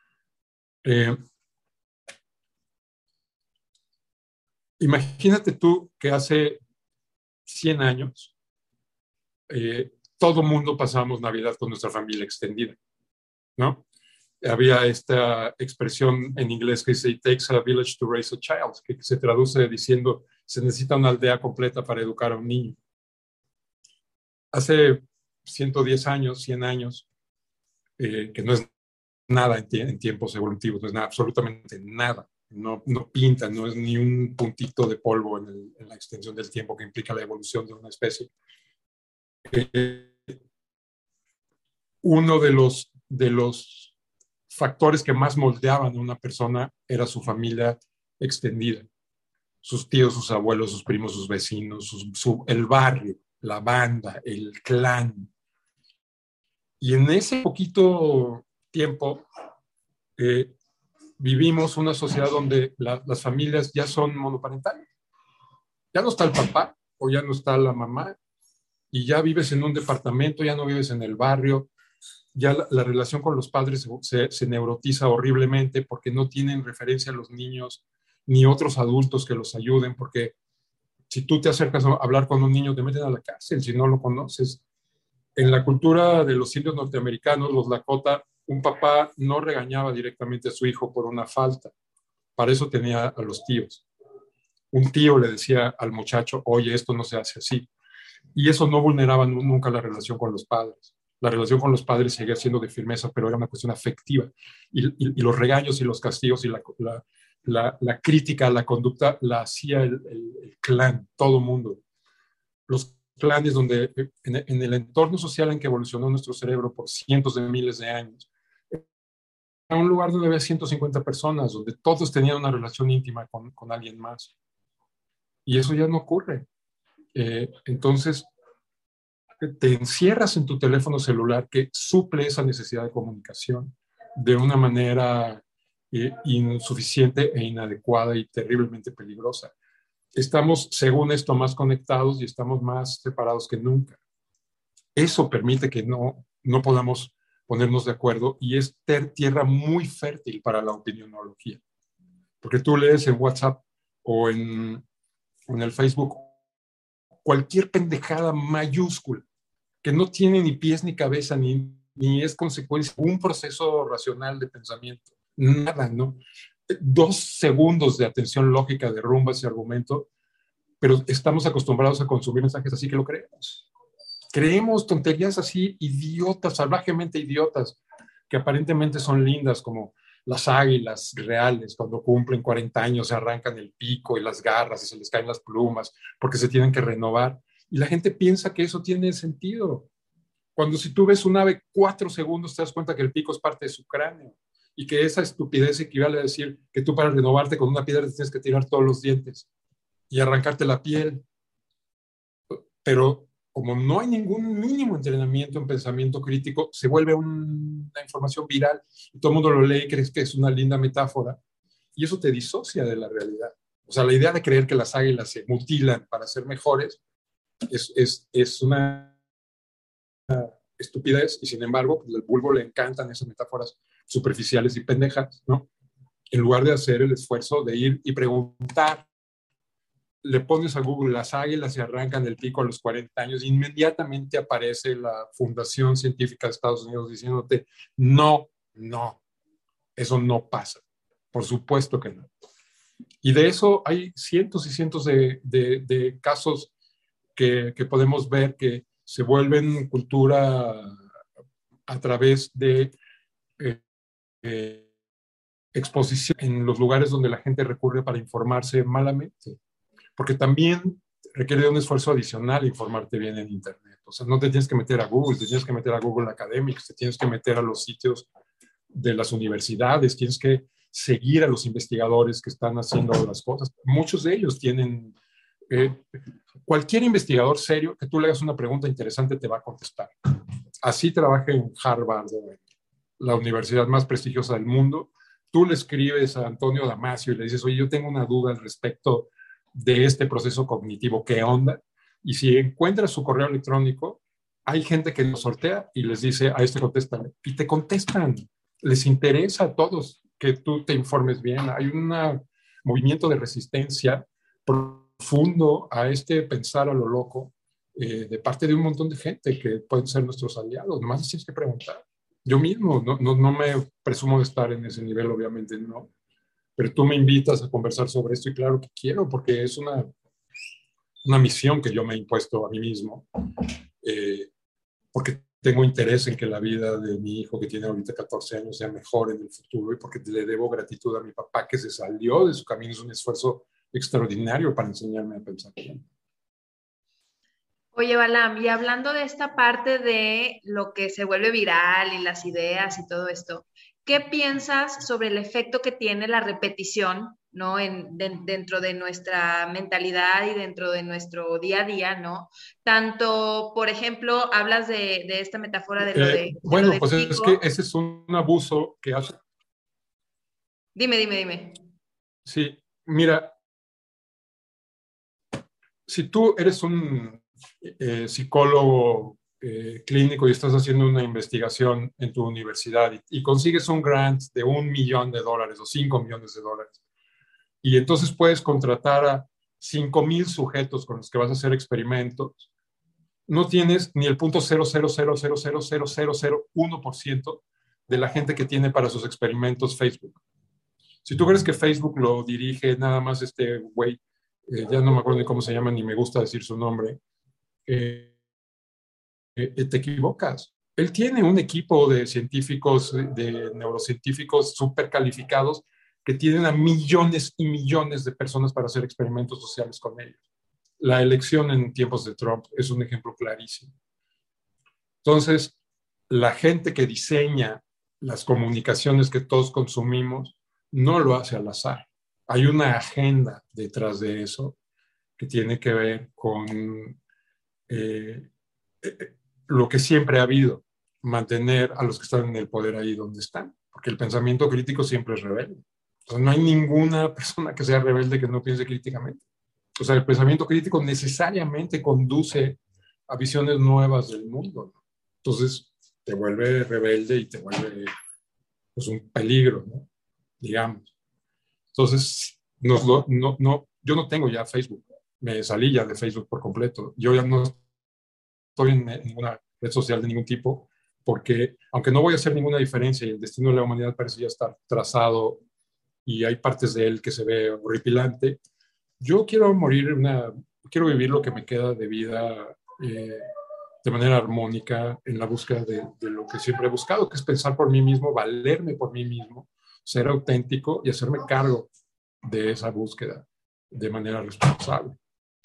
Imagínate tú que hace 100 años todo mundo pasábamos Navidad con nuestra familia extendida, ¿no? había esta expresión en inglés que dice, "It takes a village to raise a child", que se traduce diciendo, se necesita una aldea completa para educar a un niño. Hace 110 años, 100 años, que no es nada en tiempos evolutivos, no es nada, absolutamente nada. No pinta, no es ni un puntito de polvo en la extensión del tiempo que implica la evolución de una especie. Uno de los factores que más moldeaban a una persona era su familia extendida, sus tíos, sus abuelos, sus primos, sus vecinos, el barrio, la banda, el clan. Y en ese poquito tiempo vivimos una sociedad donde las familias ya son monoparentales. Ya no está el papá o ya no está la mamá y ya vives en un departamento, ya no vives en el barrio. Ya la relación con los padres se neurotiza horriblemente porque no tienen referencia a los niños ni otros adultos que los ayuden, porque si tú te acercas a hablar con un niño te meten a la cárcel si no lo conoces. En la cultura de los indios norteamericanos, los Lakota, un papá no regañaba directamente a su hijo por una falta. Para eso tenía a los tíos. Un tío le decía al muchacho, oye, esto no se hace así. Y eso no vulneraba nunca la relación con los padres. La relación con los padres seguía siendo de firmeza, pero era una cuestión afectiva. Y los regaños y los castigos y la crítica a la conducta la hacía el clan, todo el mundo. Los clanes donde en el entorno social en que evolucionó nuestro cerebro por cientos de miles de años, era un lugar donde había 150 personas, donde todos tenían una relación íntima con alguien más. Y eso ya no ocurre. Entonces, te encierras en tu teléfono celular que suple esa necesidad de comunicación de una manera insuficiente e inadecuada y terriblemente peligrosa. Estamos, según esto, más conectados y estamos más separados que nunca. Eso permite que no podamos ponernos de acuerdo y es tierra muy fértil para la opinionología. Porque tú lees en WhatsApp o en el Facebook cualquier pendejada mayúscula que no tiene ni pies ni cabeza ni es consecuencia de un proceso racional de pensamiento. Nada, ¿no? 2 segundos de atención lógica derrumba ese argumento, pero estamos acostumbrados a consumir mensajes así que lo creemos. Creemos tonterías así idiotas, salvajemente idiotas, que aparentemente son lindas, como las águilas reales, cuando cumplen 40 años se arrancan el pico y las garras y se les caen las plumas porque se tienen que renovar. Y la gente piensa que eso tiene sentido. Cuando si tú ves un ave 4 segundos te das cuenta que el pico es parte de su cráneo y que esa estupidez equivale a decir que tú para renovarte con una piedra te tienes que tirar todos los dientes y arrancarte la piel. Pero como no hay ningún mínimo entrenamiento en pensamiento crítico, se vuelve una información viral y todo el mundo lo lee y crees que es una linda metáfora y eso te disocia de la realidad. O sea, la idea de creer que las águilas se mutilan para ser mejores es una estupidez y sin embargo pues, al bulbo le encantan esas metáforas superficiales y pendejas, ¿no? En lugar de hacer el esfuerzo de ir y preguntar. Le pones a Google las águilas y arrancan el pico a los 40 años, inmediatamente aparece la Fundación Científica de Estados Unidos diciéndote, no, eso no pasa. Por supuesto que no. Y de eso hay cientos y cientos de casos que podemos ver que se vuelven cultura a través de exposición en los lugares donde la gente recurre para informarse malamente. Porque también requiere de un esfuerzo adicional informarte bien en Internet. O sea, no te tienes que meter a Google, te tienes que meter a Google Academics, te tienes que meter a los sitios de las universidades, tienes que seguir a los investigadores que están haciendo las cosas. Muchos de ellos tienen... cualquier investigador serio que tú le hagas una pregunta interesante te va a contestar. Así trabaja en Harvard, la universidad más prestigiosa del mundo. Tú le escribes a Antonio Damasio y le dices, oye, yo tengo una duda al respecto de este proceso cognitivo, ¿qué onda? Y si encuentras su correo electrónico, hay gente que lo sortea y les dice, a este contéstale. Y te contestan. Les interesa a todos que tú te informes bien. Hay un movimiento de resistencia profundo a este pensar a lo loco de parte de un montón de gente que pueden ser nuestros aliados. Nomás les tienes que preguntar. yo mismo, no me presumo de estar en ese nivel, obviamente no, pero tú me invitas a conversar sobre esto y claro que quiero, porque es una misión que yo me he impuesto a mí mismo, porque tengo interés en que la vida de mi hijo, que tiene ahorita 14 años, sea mejor en el futuro y porque le debo gratitud a mi papá que se salió de su camino. Es un esfuerzo extraordinario para enseñarme a pensar bien. Oye, Balam, y hablando de esta parte de lo que se vuelve viral y las ideas y todo esto, ¿qué piensas sobre el efecto que tiene la repetición, ¿no? Dentro de nuestra mentalidad y dentro de nuestro día a día, ¿no? Tanto, por ejemplo, hablas de esta metáfora de lo de lo Bueno, del pues es que pico. ese es un abuso que hace. Dime. Sí, mira, si tú eres un psicólogo clínico y estás haciendo una investigación en tu universidad y consigues un grant de $1 millón o 5 millones, y entonces puedes contratar a 5,000 sujetos con los que vas a hacer experimentos, no tienes ni el 0.000000001% de la gente que tiene para sus experimentos Facebook. Si tú crees que Facebook lo dirige nada más este güey, ya no me acuerdo ni cómo se llama, ni me gusta decir su nombre, te equivocas. Él tiene un equipo de científicos, de neurocientíficos súper calificados que tienen a millones y millones de personas para hacer experimentos sociales con ellos. La elección en tiempos de Trump es un ejemplo clarísimo. Entonces, la gente que diseña las comunicaciones que todos consumimos no lo hace al azar. Hay una agenda detrás de eso que tiene que ver con lo que siempre ha habido, mantener a los que están en el poder ahí donde están, porque el pensamiento crítico siempre es rebelde. O sea, no hay ninguna persona que sea rebelde que no piense críticamente. O sea, el pensamiento crítico necesariamente conduce a visiones nuevas del mundo, ¿no? Entonces, te vuelve rebelde y te vuelve pues, un peligro, ¿no? Digamos. Entonces, yo no tengo ya Facebook. Me salí ya de Facebook por completo. Yo ya no estoy en ninguna red social de ningún tipo, porque aunque no voy a hacer ninguna diferencia y el destino de la humanidad parece ya estar trazado y hay partes de él que se ve horripilante, yo quiero vivir lo que me queda de vida de manera armónica en la búsqueda de lo que siempre he buscado, que es pensar por mí mismo, valerme por mí mismo, ser auténtico y hacerme cargo de esa búsqueda de manera responsable.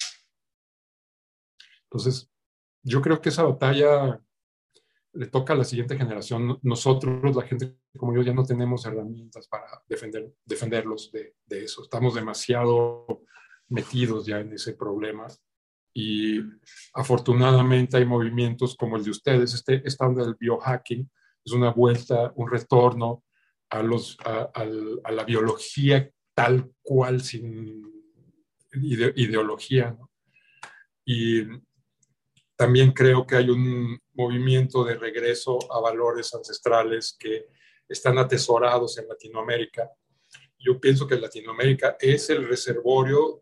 Entonces, yo creo que esa batalla le toca a la siguiente generación. Nosotros, la gente como yo, ya no tenemos herramientas para defenderlos de eso. Estamos demasiado metidos ya en ese problema. Y afortunadamente hay movimientos como el de ustedes. Esta onda del biohacking es una vuelta, un retorno a la biología tal cual, sin ideología, ¿no? Y también creo que hay un movimiento de regreso a valores ancestrales que están atesorados en Latinoamérica. Yo pienso que Latinoamérica es el reservorio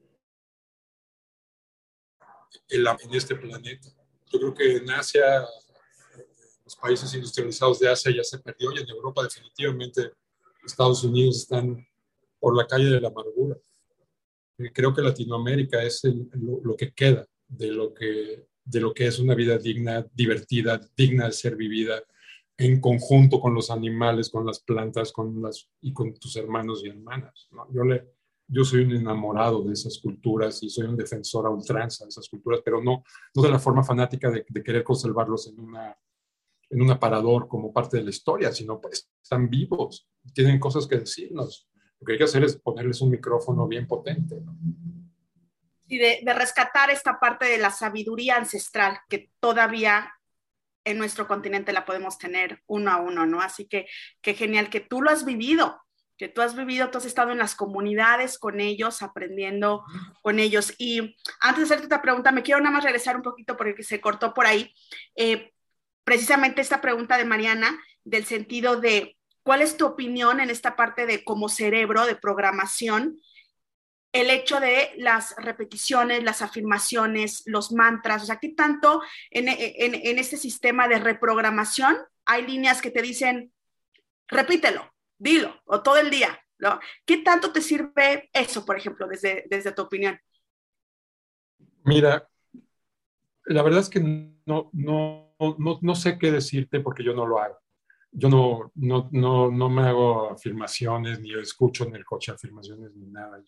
en este planeta. Yo creo que en Asia, los países industrializados de Asia ya se perdió y en Europa definitivamente Estados Unidos están por la calle de la amargura. Creo que Latinoamérica es lo que queda de lo que es una vida digna, divertida, digna de ser vivida en conjunto con los animales, con las plantas, y con tus hermanos y hermanas, ¿no? Yo soy un enamorado de esas culturas y soy un defensor a ultranza de esas culturas, pero no de la forma fanática de querer conservarlos en un aparador como parte de la historia, sino pues están vivos, tienen cosas que decirnos. Lo que hay que hacer es ponerles un micrófono bien potente, ¿no? Y de rescatar esta parte de la sabiduría ancestral que todavía en nuestro continente la podemos tener uno a uno, ¿no? Así que qué genial que tú lo has vivido, tú has estado en las comunidades con ellos, aprendiendo con ellos. Y antes de hacerte esta pregunta, me quiero nada más regresar un poquito porque se cortó por ahí. Precisamente esta pregunta de Mariana, del sentido de, ¿cuál es tu opinión en esta parte de como cerebro, de programación? El hecho de las repeticiones, las afirmaciones, los mantras, o sea, ¿qué tanto en este sistema de reprogramación hay líneas que te dicen, repítelo, dilo, o todo el día, ¿no? ¿Qué tanto te sirve eso, por ejemplo, desde tu opinión? Mira, la verdad es que no sé qué decirte porque yo no lo hago. Yo no me hago afirmaciones, ni escucho en el coche afirmaciones, ni nada.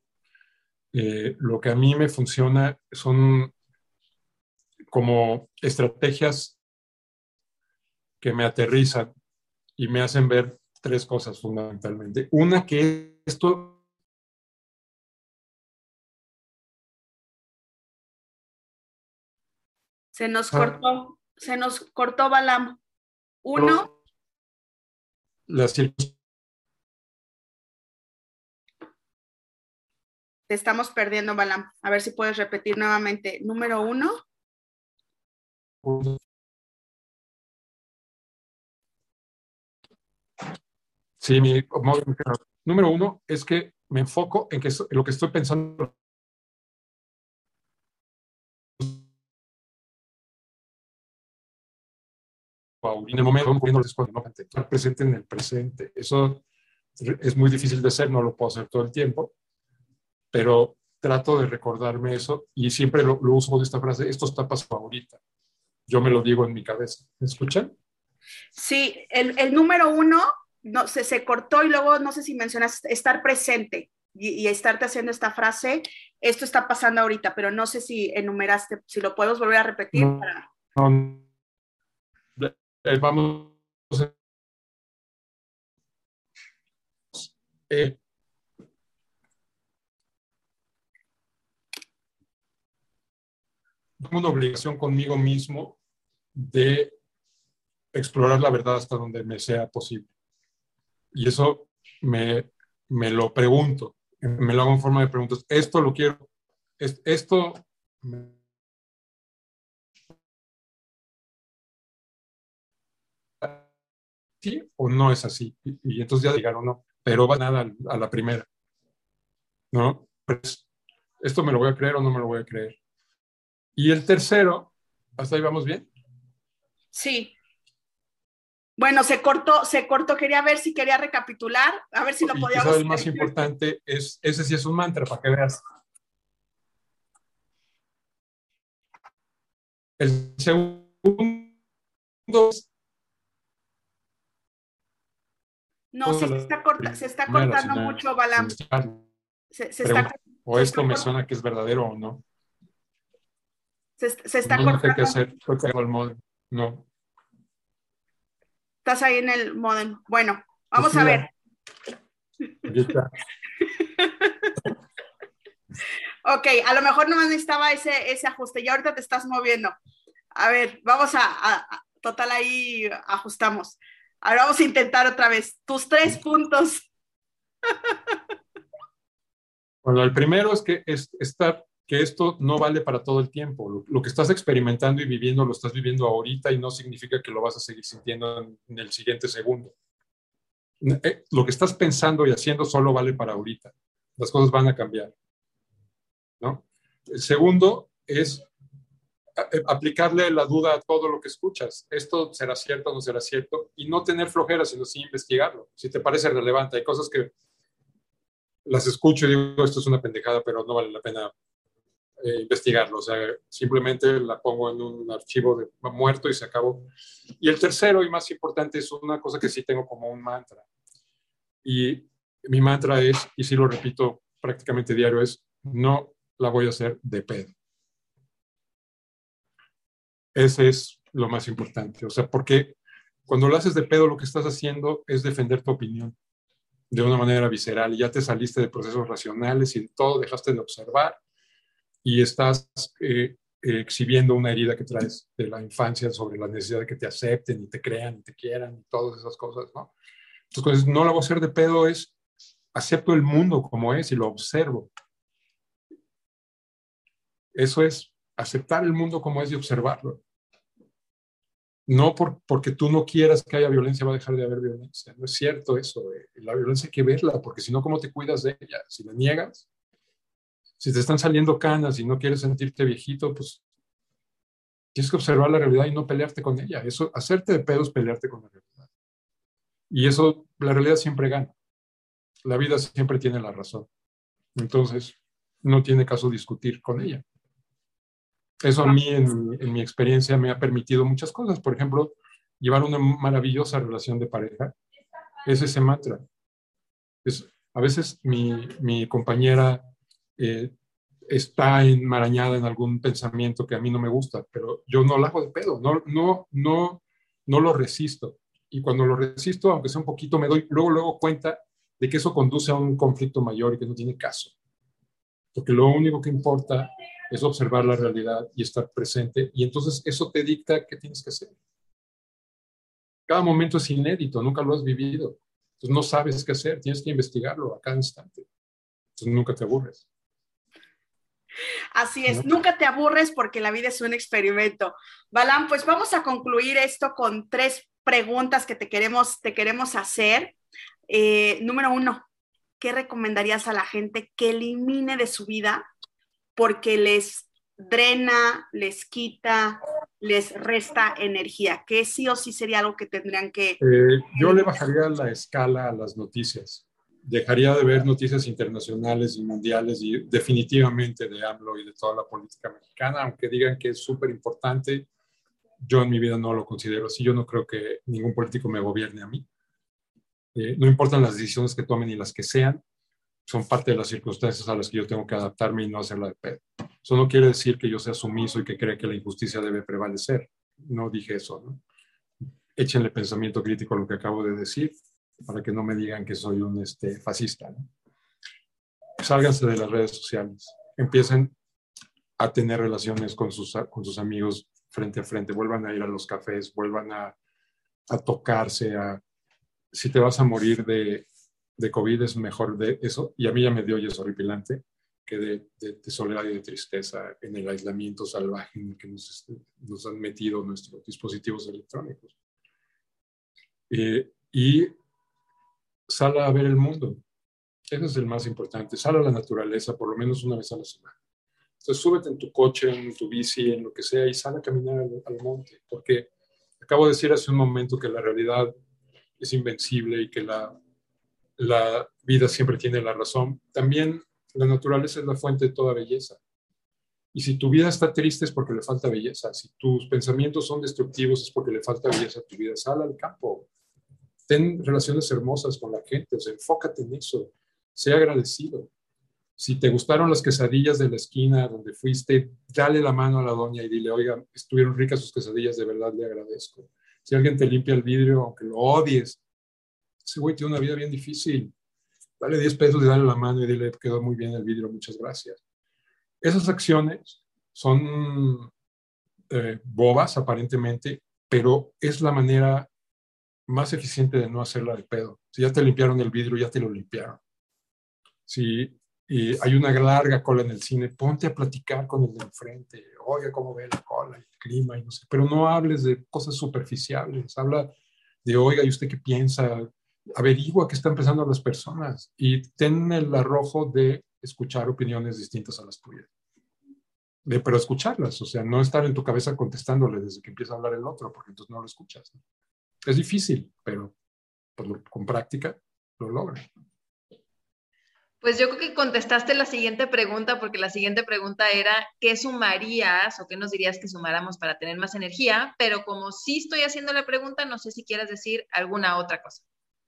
Lo que a mí me funciona son como estrategias que me aterrizan y me hacen ver tres cosas fundamentalmente. Una, que esto Se nos cortó Balam. Uno, las circunstancias. te estamos perdiendo, Balam. A ver si puedes repetir nuevamente. Número uno. Sí, número uno es que me enfoco en que lo que estoy pensando en el momento, estar presente en el presente. Eso es muy difícil de hacer, no lo puedo hacer todo el tiempo, pero trato de recordarme eso y siempre lo uso de esta frase: esto está pasando ahorita. Yo me lo digo en mi cabeza. ¿Me escuchan? Sí, el número uno no, se cortó y luego no sé si mencionas estar presente y estarte haciendo esta frase, esto está pasando ahorita, pero no sé si enumeraste, si lo podemos volver a repetir. Vamos. Tengo una obligación conmigo mismo de explorar la verdad hasta donde me sea posible. Y eso me lo pregunto, me lo hago en forma de preguntas. Esto lo quiero, esto ¿sí o no es así? Y entonces ya digan o no, pero va nada a la primera, ¿no? Pues, ¿esto me lo voy a creer o no me lo voy a creer? Y el tercero, ¿hasta ahí vamos bien? Sí. Bueno, se cortó, quería ver si quería recapitular, a ver si lo podíamos hacer. El más importante es, ese sí es un mantra, para que veas. El segundo es... No, sí, se está cortando mucho, Balam. O esto me suena que es verdadero o no. Se está no cortando. sé qué hacer, el modem. No. Estás ahí en el modem. Bueno, vamos a ver. Ok, a lo mejor nomás necesitaba ese ajuste y ahorita te estás moviendo. A ver, vamos total ahí ajustamos. Ahora vamos a intentar otra vez. Tus 3 puntos. Bueno, el primero es que esto no vale para todo el tiempo. Lo que estás experimentando y viviendo, lo estás viviendo ahorita y no significa que lo vas a seguir sintiendo en el siguiente segundo. Lo que estás pensando y haciendo solo vale para ahorita. Las cosas van a cambiar, ¿no? El segundo es aplicarle la duda a todo lo que escuchas. ¿Esto será cierto o no será cierto? Y no tener flojera, sino sí investigarlo. Si te parece relevante, hay cosas que las escucho y digo, esto es una pendejada, pero no vale la pena investigarlo. O sea, simplemente la pongo en un archivo de muerto y se acabó. Y el tercero y más importante es una cosa que sí tengo como un mantra. Y mi mantra es, y sí lo repito prácticamente diario, es: no la voy a hacer de pedo. Ese es lo más importante. O sea, porque cuando lo haces de pedo, lo que estás haciendo es defender tu opinión de una manera visceral y ya te saliste de procesos racionales y todo, dejaste de observar y estás exhibiendo una herida que traes de la infancia sobre la necesidad de que te acepten y te crean y te quieran y todas esas cosas, ¿no? Entonces, no la voy a hacer de pedo es: acepto el mundo como es y lo observo. Eso es aceptar el mundo como es y observarlo. No porque tú no quieras que haya violencia va a dejar de haber violencia. No es cierto eso. La violencia hay que verla, porque si no, ¿cómo te cuidas de ella? Si la niegas, si te están saliendo canas y no quieres sentirte viejito, pues Tienes que observar la realidad y no pelearte con ella. Eso, hacerte de pedo es pelearte con la realidad. Y eso, la realidad siempre gana. La vida siempre tiene la razón. Entonces, no tiene caso discutir con ella. Eso a mí, en mi experiencia, me ha permitido muchas cosas. Por ejemplo, llevar una maravillosa relación de pareja es ese mantra. A veces mi compañera está enmarañada en algún pensamiento que a mí no me gusta, pero yo no la hago de pedo, no lo resisto. Y cuando lo resisto, aunque sea un poquito, me doy luego cuenta de que eso conduce a un conflicto mayor y que no tiene caso. Porque lo único que importa es observar la realidad y estar presente, y entonces eso te dicta qué tienes que hacer. Cada momento es inédito, nunca lo has vivido. Entonces no sabes qué hacer, tienes que investigarlo a cada instante. Entonces nunca te aburres. Así es, ¿no? Nunca te aburres porque la vida es un experimento. Balam, pues vamos a concluir esto con 3 preguntas que te queremos hacer. Número 1, ¿qué recomendarías a la gente que elimine de su vida porque les drena, les quita, les resta energía? ¿Qué sí o sí sería algo que tendrían que... Yo le bajaría la escala a las noticias. Dejaría de ver noticias internacionales y mundiales y definitivamente de AMLO y de toda la política mexicana, aunque digan que es súper importante. Yo en mi vida no lo considero así. Yo no creo que ningún político me gobierne a mí. No importan las decisiones que tomen y las que sean, son parte de las circunstancias a las que yo tengo que adaptarme y no hacerla de pedo. Eso no quiere decir que yo sea sumiso y que crea que la injusticia debe prevalecer. No dije eso, ¿no? Échenle pensamiento crítico a lo que acabo de decir para que no me digan que soy un fascista, ¿no? Sálganse de las redes sociales. Empiecen a tener relaciones con sus amigos frente a frente. Vuelvan a ir a los cafés, vuelvan a tocarse. Si te vas a morir de COVID, es mejor de eso, y a mí ya me dio y es horripilante, que de soledad y de tristeza en el aislamiento salvaje en el que nos han metido nuestros dispositivos electrónicos. Y sal a ver el mundo. Ese es el más importante. Sal a la naturaleza por lo menos una vez a la semana. Entonces súbete en tu coche, en tu bici, en lo que sea, y sal a caminar al monte, porque acabo de decir hace un momento que la realidad es invencible y que la vida siempre tiene la razón. También la naturaleza es la fuente de toda belleza. Y si tu vida está triste es porque le falta belleza. Si tus pensamientos son destructivos es porque le falta belleza a tu vida. Sal al campo. Ten relaciones hermosas con la gente. O sea, enfócate en eso. Sé agradecido. Si te gustaron las quesadillas de la esquina donde fuiste, dale la mano a la doña y dile, oiga, estuvieron ricas sus quesadillas, de verdad le agradezco. Si alguien te limpia el vidrio, aunque lo odies, ese güey tiene una vida bien difícil. Dale 10 pesos y dale la mano y dile, quedó muy bien el vidrio, muchas gracias. Esas acciones son bobas aparentemente, pero es la manera más eficiente de no hacerla de pedo. Si ya te limpiaron el vidrio, ya te lo limpiaron. Si hay una larga cola en el cine, ponte a platicar con el de enfrente. Oiga, cómo ve la cola, el clima, y no sé. Pero no hables de cosas superficiales. Habla de, oiga, ¿y usted qué piensa? Averigua qué están pensando las personas y ten el arrojo de escuchar opiniones distintas a las tuyas. Pero escucharlas, o sea, no estar en tu cabeza contestándole desde que empieza a hablar el otro, porque entonces no lo escuchas, ¿no? Es difícil, pero pues, con práctica lo logras. Pues yo creo que contestaste la siguiente pregunta, porque la siguiente pregunta era, ¿qué sumarías o qué nos dirías que sumáramos para tener más energía? Pero como sí estoy haciendo la pregunta, no sé si quieras decir alguna otra cosa.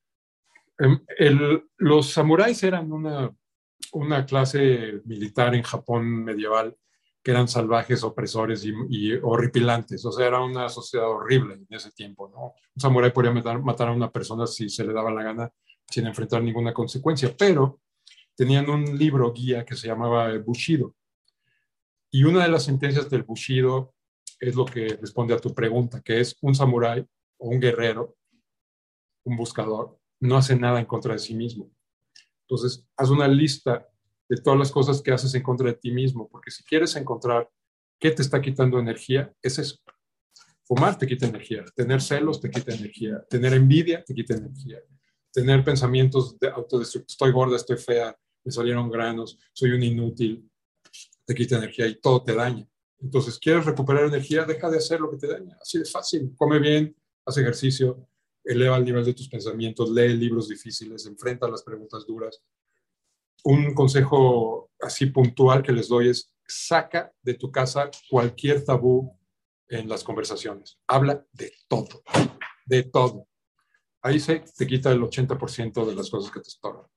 Los samuráis eran una clase militar en Japón medieval que eran salvajes, opresores y horripilantes. O sea, era una sociedad horrible en ese tiempo, ¿no? Un samurái podía matar a una persona si se le daba la gana sin enfrentar ninguna consecuencia, pero tenían un libro guía que se llamaba Bushido. Y una de las sentencias del Bushido es lo que responde a tu pregunta, que es un samurái o un guerrero, un buscador, no hace nada en contra de sí mismo. Entonces, haz una lista de todas las cosas que haces en contra de ti mismo, porque si quieres encontrar qué te está quitando energía, es eso. Fumar te quita energía, tener celos te quita energía, tener envidia te quita energía, tener pensamientos de autodestrucción, estoy gorda, estoy fea, me salieron granos, soy un inútil, te quita energía y todo te daña. Entonces, ¿quieres recuperar energía? Deja de hacer lo que te daña. Así de fácil. Come bien, haz ejercicio, eleva el nivel de tus pensamientos, lee libros difíciles, enfrenta las preguntas duras. Un consejo así puntual que les doy es: saca de tu casa cualquier tabú en las conversaciones. Habla de todo, de todo. Ahí se te quita el 80% de las cosas que te estorban.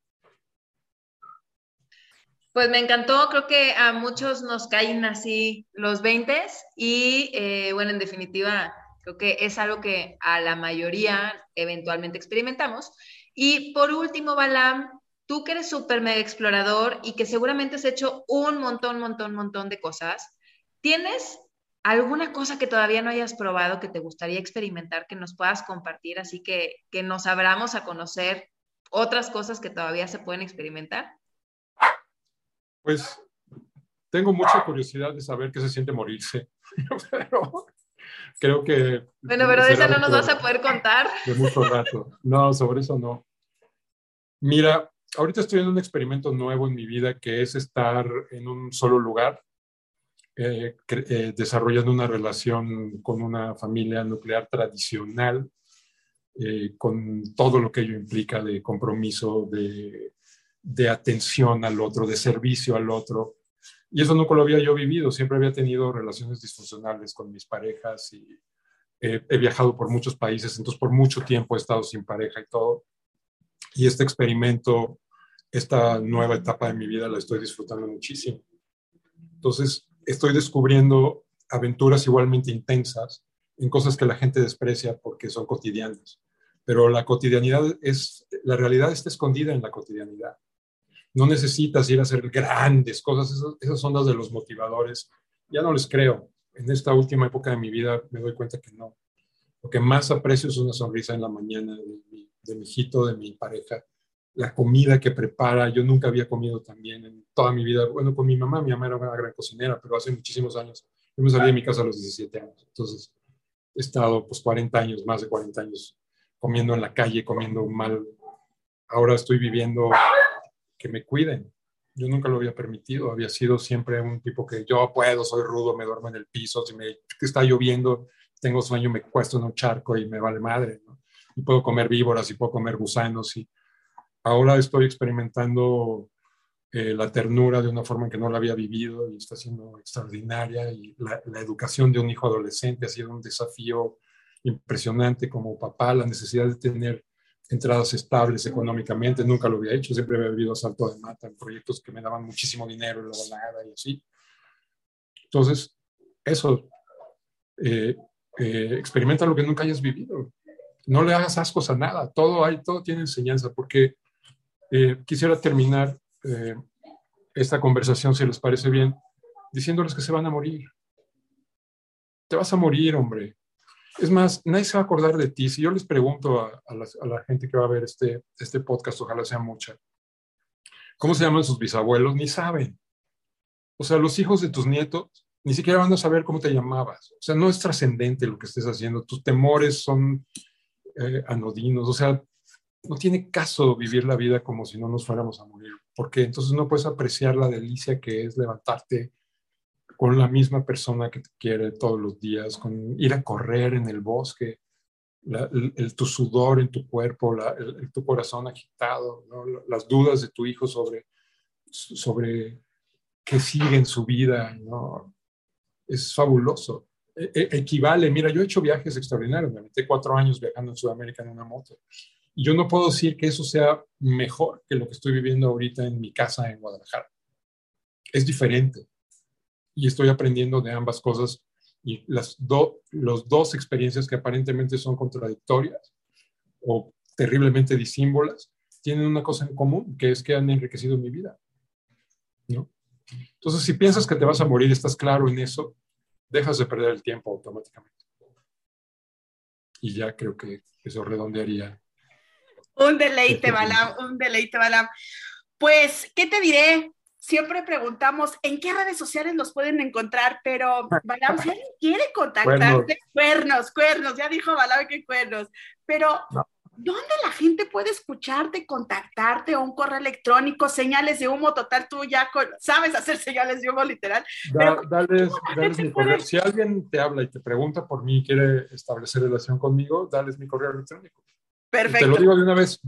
Pues me encantó, creo que a muchos nos caen así los 20s y bueno, en definitiva, creo que es algo que a la mayoría eventualmente experimentamos. Y por último, Balam, tú que eres súper mega explorador y que seguramente has hecho un montón de cosas, ¿tienes alguna cosa que todavía no hayas probado que te gustaría experimentar, que nos puedas compartir, así que nos abramos a conocer otras cosas que todavía se pueden experimentar? Pues tengo mucha curiosidad de saber qué se siente morirse, pero creo que... Bueno, pero de esa no nos vas a poder contar. De mucho rato. No, sobre eso no. Mira, ahorita estoy en un experimento nuevo en mi vida, que es estar en un solo lugar, desarrollando una relación con una familia nuclear tradicional, con todo lo que ello implica de compromiso, de atención al otro, de servicio al otro. Y eso nunca lo había yo vivido. Siempre había tenido relaciones disfuncionales con mis parejas y he viajado por muchos países, entonces por mucho tiempo he estado sin pareja y todo. Y este experimento, esta nueva etapa de mi vida, la estoy disfrutando muchísimo. Entonces estoy descubriendo aventuras igualmente intensas en cosas que la gente desprecia porque son cotidianas. Pero la cotidianidad la realidad está escondida en la cotidianidad. No necesitas ir a hacer grandes cosas, esas son las de los motivadores. Ya no les creo. En esta última época de mi vida me doy cuenta que no. Lo que más aprecio es una sonrisa en la mañana de mi hijito, de mi pareja, la comida que prepara. Yo nunca había comido tan bien en toda mi vida. Bueno, con mi mamá era una gran cocinera, pero hace muchísimos años. Yo me salí de mi casa a los 17 años. Entonces he estado pues 40 años, más de 40 años, comiendo en la calle, comiendo mal. Ahora estoy viviendo que me cuiden. Yo nunca lo había permitido. Había sido siempre un tipo que yo puedo, soy rudo, me duermo en el piso, si me está lloviendo, tengo sueño, me cuesto en un charco y me vale madre, ¿no? Y puedo comer víboras y puedo comer gusanos. Y ahora estoy experimentando la ternura de una forma en que no la había vivido y está siendo extraordinaria. Y la educación de un hijo adolescente ha sido un desafío impresionante como papá. La necesidad de tener entradas estables económicamente, nunca lo había hecho, siempre había vivido a salto de mata en proyectos que me daban muchísimo dinero y luego nada y así. Entonces, eso, experimenta lo que nunca hayas vivido. No le hagas ascos a nada, todo tiene enseñanza, porque quisiera terminar esta conversación, si les parece bien, diciéndoles que se van a morir. Te vas a morir, hombre. Es más, nadie se va a acordar de ti. Si yo les pregunto a la gente que va a ver este podcast, ojalá sea mucha, ¿cómo se llaman sus bisabuelos? Ni saben. O sea, los hijos de tus nietos ni siquiera van a saber cómo te llamabas. O sea, no es trascendente lo que estés haciendo. Tus temores son anodinos. O sea, no tiene caso vivir la vida como si no nos fuéramos a morir, porque entonces no puedes apreciar la delicia que es levantarte con la misma persona que te quiere todos los días, con ir a correr en el bosque, tu sudor en tu cuerpo, tu corazón agitado, ¿no? Las dudas de tu hijo sobre qué sigue en su vida, ¿no? Es fabuloso. Equivale, mira, yo he hecho viajes extraordinarios, me metí 4 años viajando en Sudamérica en una moto, y yo no puedo decir que eso sea mejor que lo que estoy viviendo ahorita en mi casa en Guadalajara. Es diferente. Y estoy aprendiendo de ambas cosas, y las dos experiencias que aparentemente son contradictorias o terriblemente disímbolas tienen una cosa en común, que es que han enriquecido mi vida, ¿no? Entonces, si piensas que te vas a morir, estás claro en eso, dejas de perder el tiempo automáticamente. Y ya creo que eso redondearía. Un deleite, Balam, un deleite, Balam. Pues, ¿qué te diré? Siempre preguntamos en qué redes sociales los pueden encontrar, pero Balam, si alguien quiere contactarte, cuernos, ya dijo Balam que cuernos, pero no. ¿dónde la gente puede escucharte, contactarte, o un correo electrónico, señales de humo? Total, tú ya sabes hacer señales de humo literal. Dales mi correo. Si alguien te habla y te pregunta por mí y quiere establecer relación conmigo, dales mi correo electrónico. Perfecto. Te lo digo de una vez,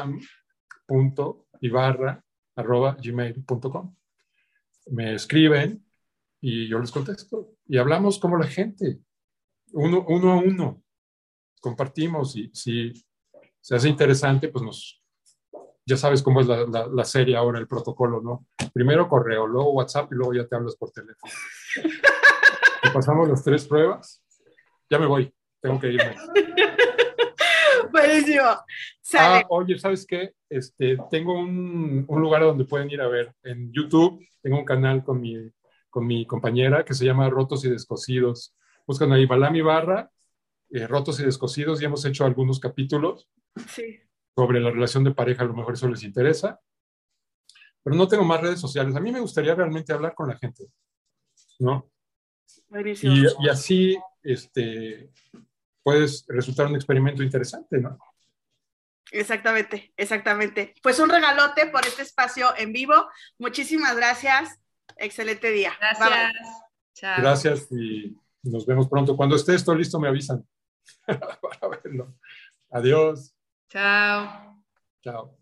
balam.ibarra@gmail.com. Me escriben y yo les contesto. Y hablamos como la gente, uno a uno. Compartimos y si se hace interesante, pues ya sabes cómo es la serie ahora, el protocolo, ¿no? Primero correo, luego WhatsApp y luego ya te hablas por teléfono. Y pasamos las 3 pruebas. Ya me voy, tengo que irme. Buenísimo. Sale. Oye, ¿sabes qué? Tengo un lugar donde pueden ir a ver. En YouTube tengo un canal con mi compañera que se llama Rotos y Descosidos. Buscan ahí Balam Ibarra, Rotos y Descosidos, y hemos hecho algunos capítulos sobre la relación de pareja, a lo mejor eso les interesa. Pero no tengo más redes sociales. A mí me gustaría realmente hablar con la gente, ¿no? Buenísimo. Y así puedes resultar un experimento interesante, ¿no? Exactamente. Pues un regalote por este espacio en vivo. Muchísimas gracias. Excelente día. Gracias. Bye. Chao. Gracias y nos vemos pronto. Cuando esté esto listo, me avisan para verlo. Adiós. Chao. Chao.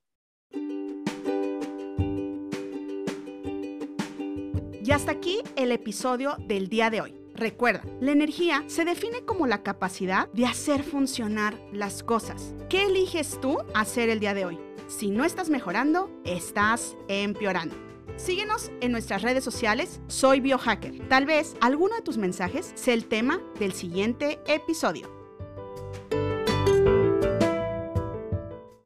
Y hasta aquí el episodio del día de hoy. Recuerda, la energía se define como la capacidad de hacer funcionar las cosas. ¿Qué eliges tú hacer el día de hoy? Si no estás mejorando, estás empeorando. Síguenos en nuestras redes sociales, Soy Biohacker. Tal vez alguno de tus mensajes sea el tema del siguiente episodio.